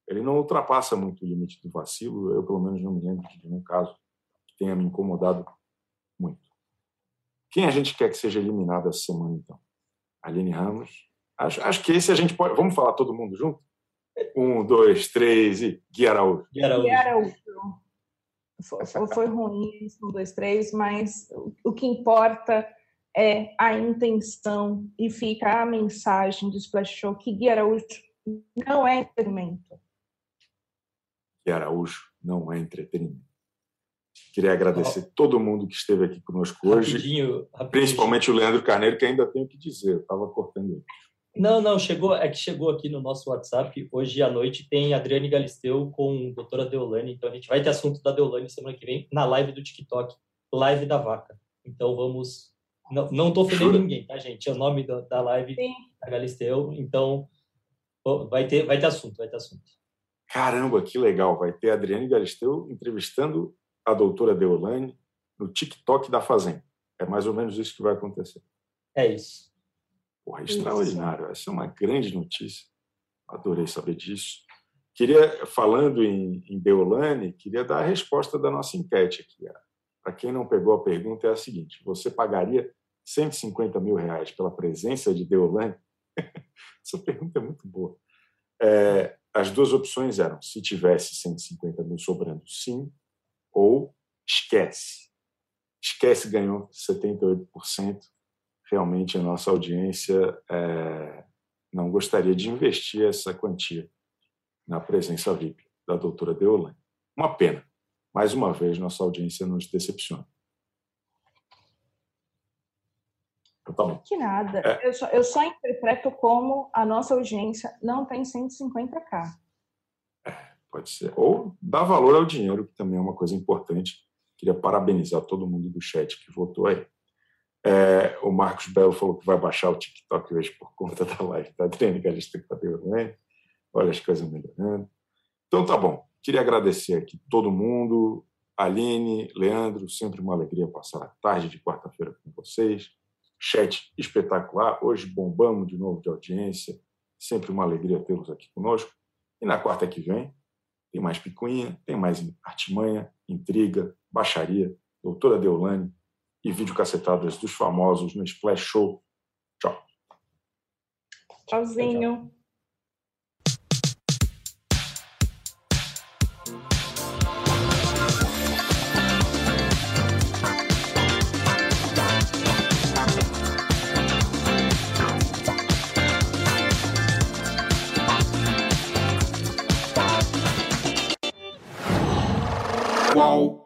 ele não ultrapassa muito o limite do vacilo. Eu, pelo menos, não me lembro de nenhum caso que tenha me incomodado muito. Quem a gente quer que seja eliminado essa semana, então? Aline Ramos. Acho, acho que esse a gente pode... Vamos falar todo mundo junto? Um, dois, três e... Gui Araújo. Gui Araújo. Gui Araújo. Foi, foi ruim, um, dois, três, mas o que importa é a intenção e fica a mensagem do Splash Show que Gui Araújo não é entretenimento. Gui Araújo não é entretenimento. Queria agradecer oh. todo mundo que esteve aqui conosco hoje, rapidinho, rapidinho. Principalmente o Leandro Carneiro, que ainda tenho que dizer, eu estava cortando ele. Não, não, chegou, é que chegou aqui no nosso WhatsApp, hoje à noite tem Adriane Galisteu com a doutora Deolane, então a gente vai ter assunto da Deolane semana que vem na live do TikTok, live da vaca. Então vamos, não, não tô ofendendo ninguém, tá, gente? É o nome da, da live Sim. da Galisteu, então vai ter, vai ter assunto, vai ter assunto. Caramba, que legal, vai ter a Adriane Galisteu entrevistando a doutora Deolane no TikTok da Fazenda. É mais ou menos isso que vai acontecer. É isso. Porra, extraordinário. Essa é uma grande notícia. Adorei saber disso. Queria, falando em, em Deolane, queria dar a resposta da nossa enquete aqui. Para quem não pegou a pergunta, é a seguinte: você pagaria cento e cinquenta mil reais pela presença de Deolane? Essa pergunta é muito boa. É, as duas opções eram: se tivesse cento e cinquenta mil sobrando, sim, ou esquece. Esquece ganhou setenta e oito por cento. Realmente a nossa audiência é, não gostaria de investir essa quantia na presença V I P da doutora Deolane. Uma pena. Mais uma vez, nossa audiência nos decepciona. Então, tá bom. Que nada. É. Eu, só, eu só interpreto como a nossa audiência não tem cento e cinquenta mil. É, pode ser. Ou dá valor ao dinheiro, que também é uma coisa importante. Queria parabenizar todo mundo do chat que votou aí. É, o Marcos Belo falou que vai baixar o TikTok hoje por conta da live da Adriane Galisteu que está Deolane. Olha as coisas melhorando. Então tá bom. Queria agradecer aqui todo mundo. Aline, Leandro, sempre uma alegria passar a tarde de quarta-feira com vocês. Chat espetacular. Hoje bombamos de novo de audiência. Sempre uma alegria tê-los aqui conosco. E na quarta que vem tem mais picuinha, tem mais artimanha, intriga, baixaria, doutora Deolane e videocacetadas dos famosos no Splash Show. Tchau. Tchauzinho. Qual?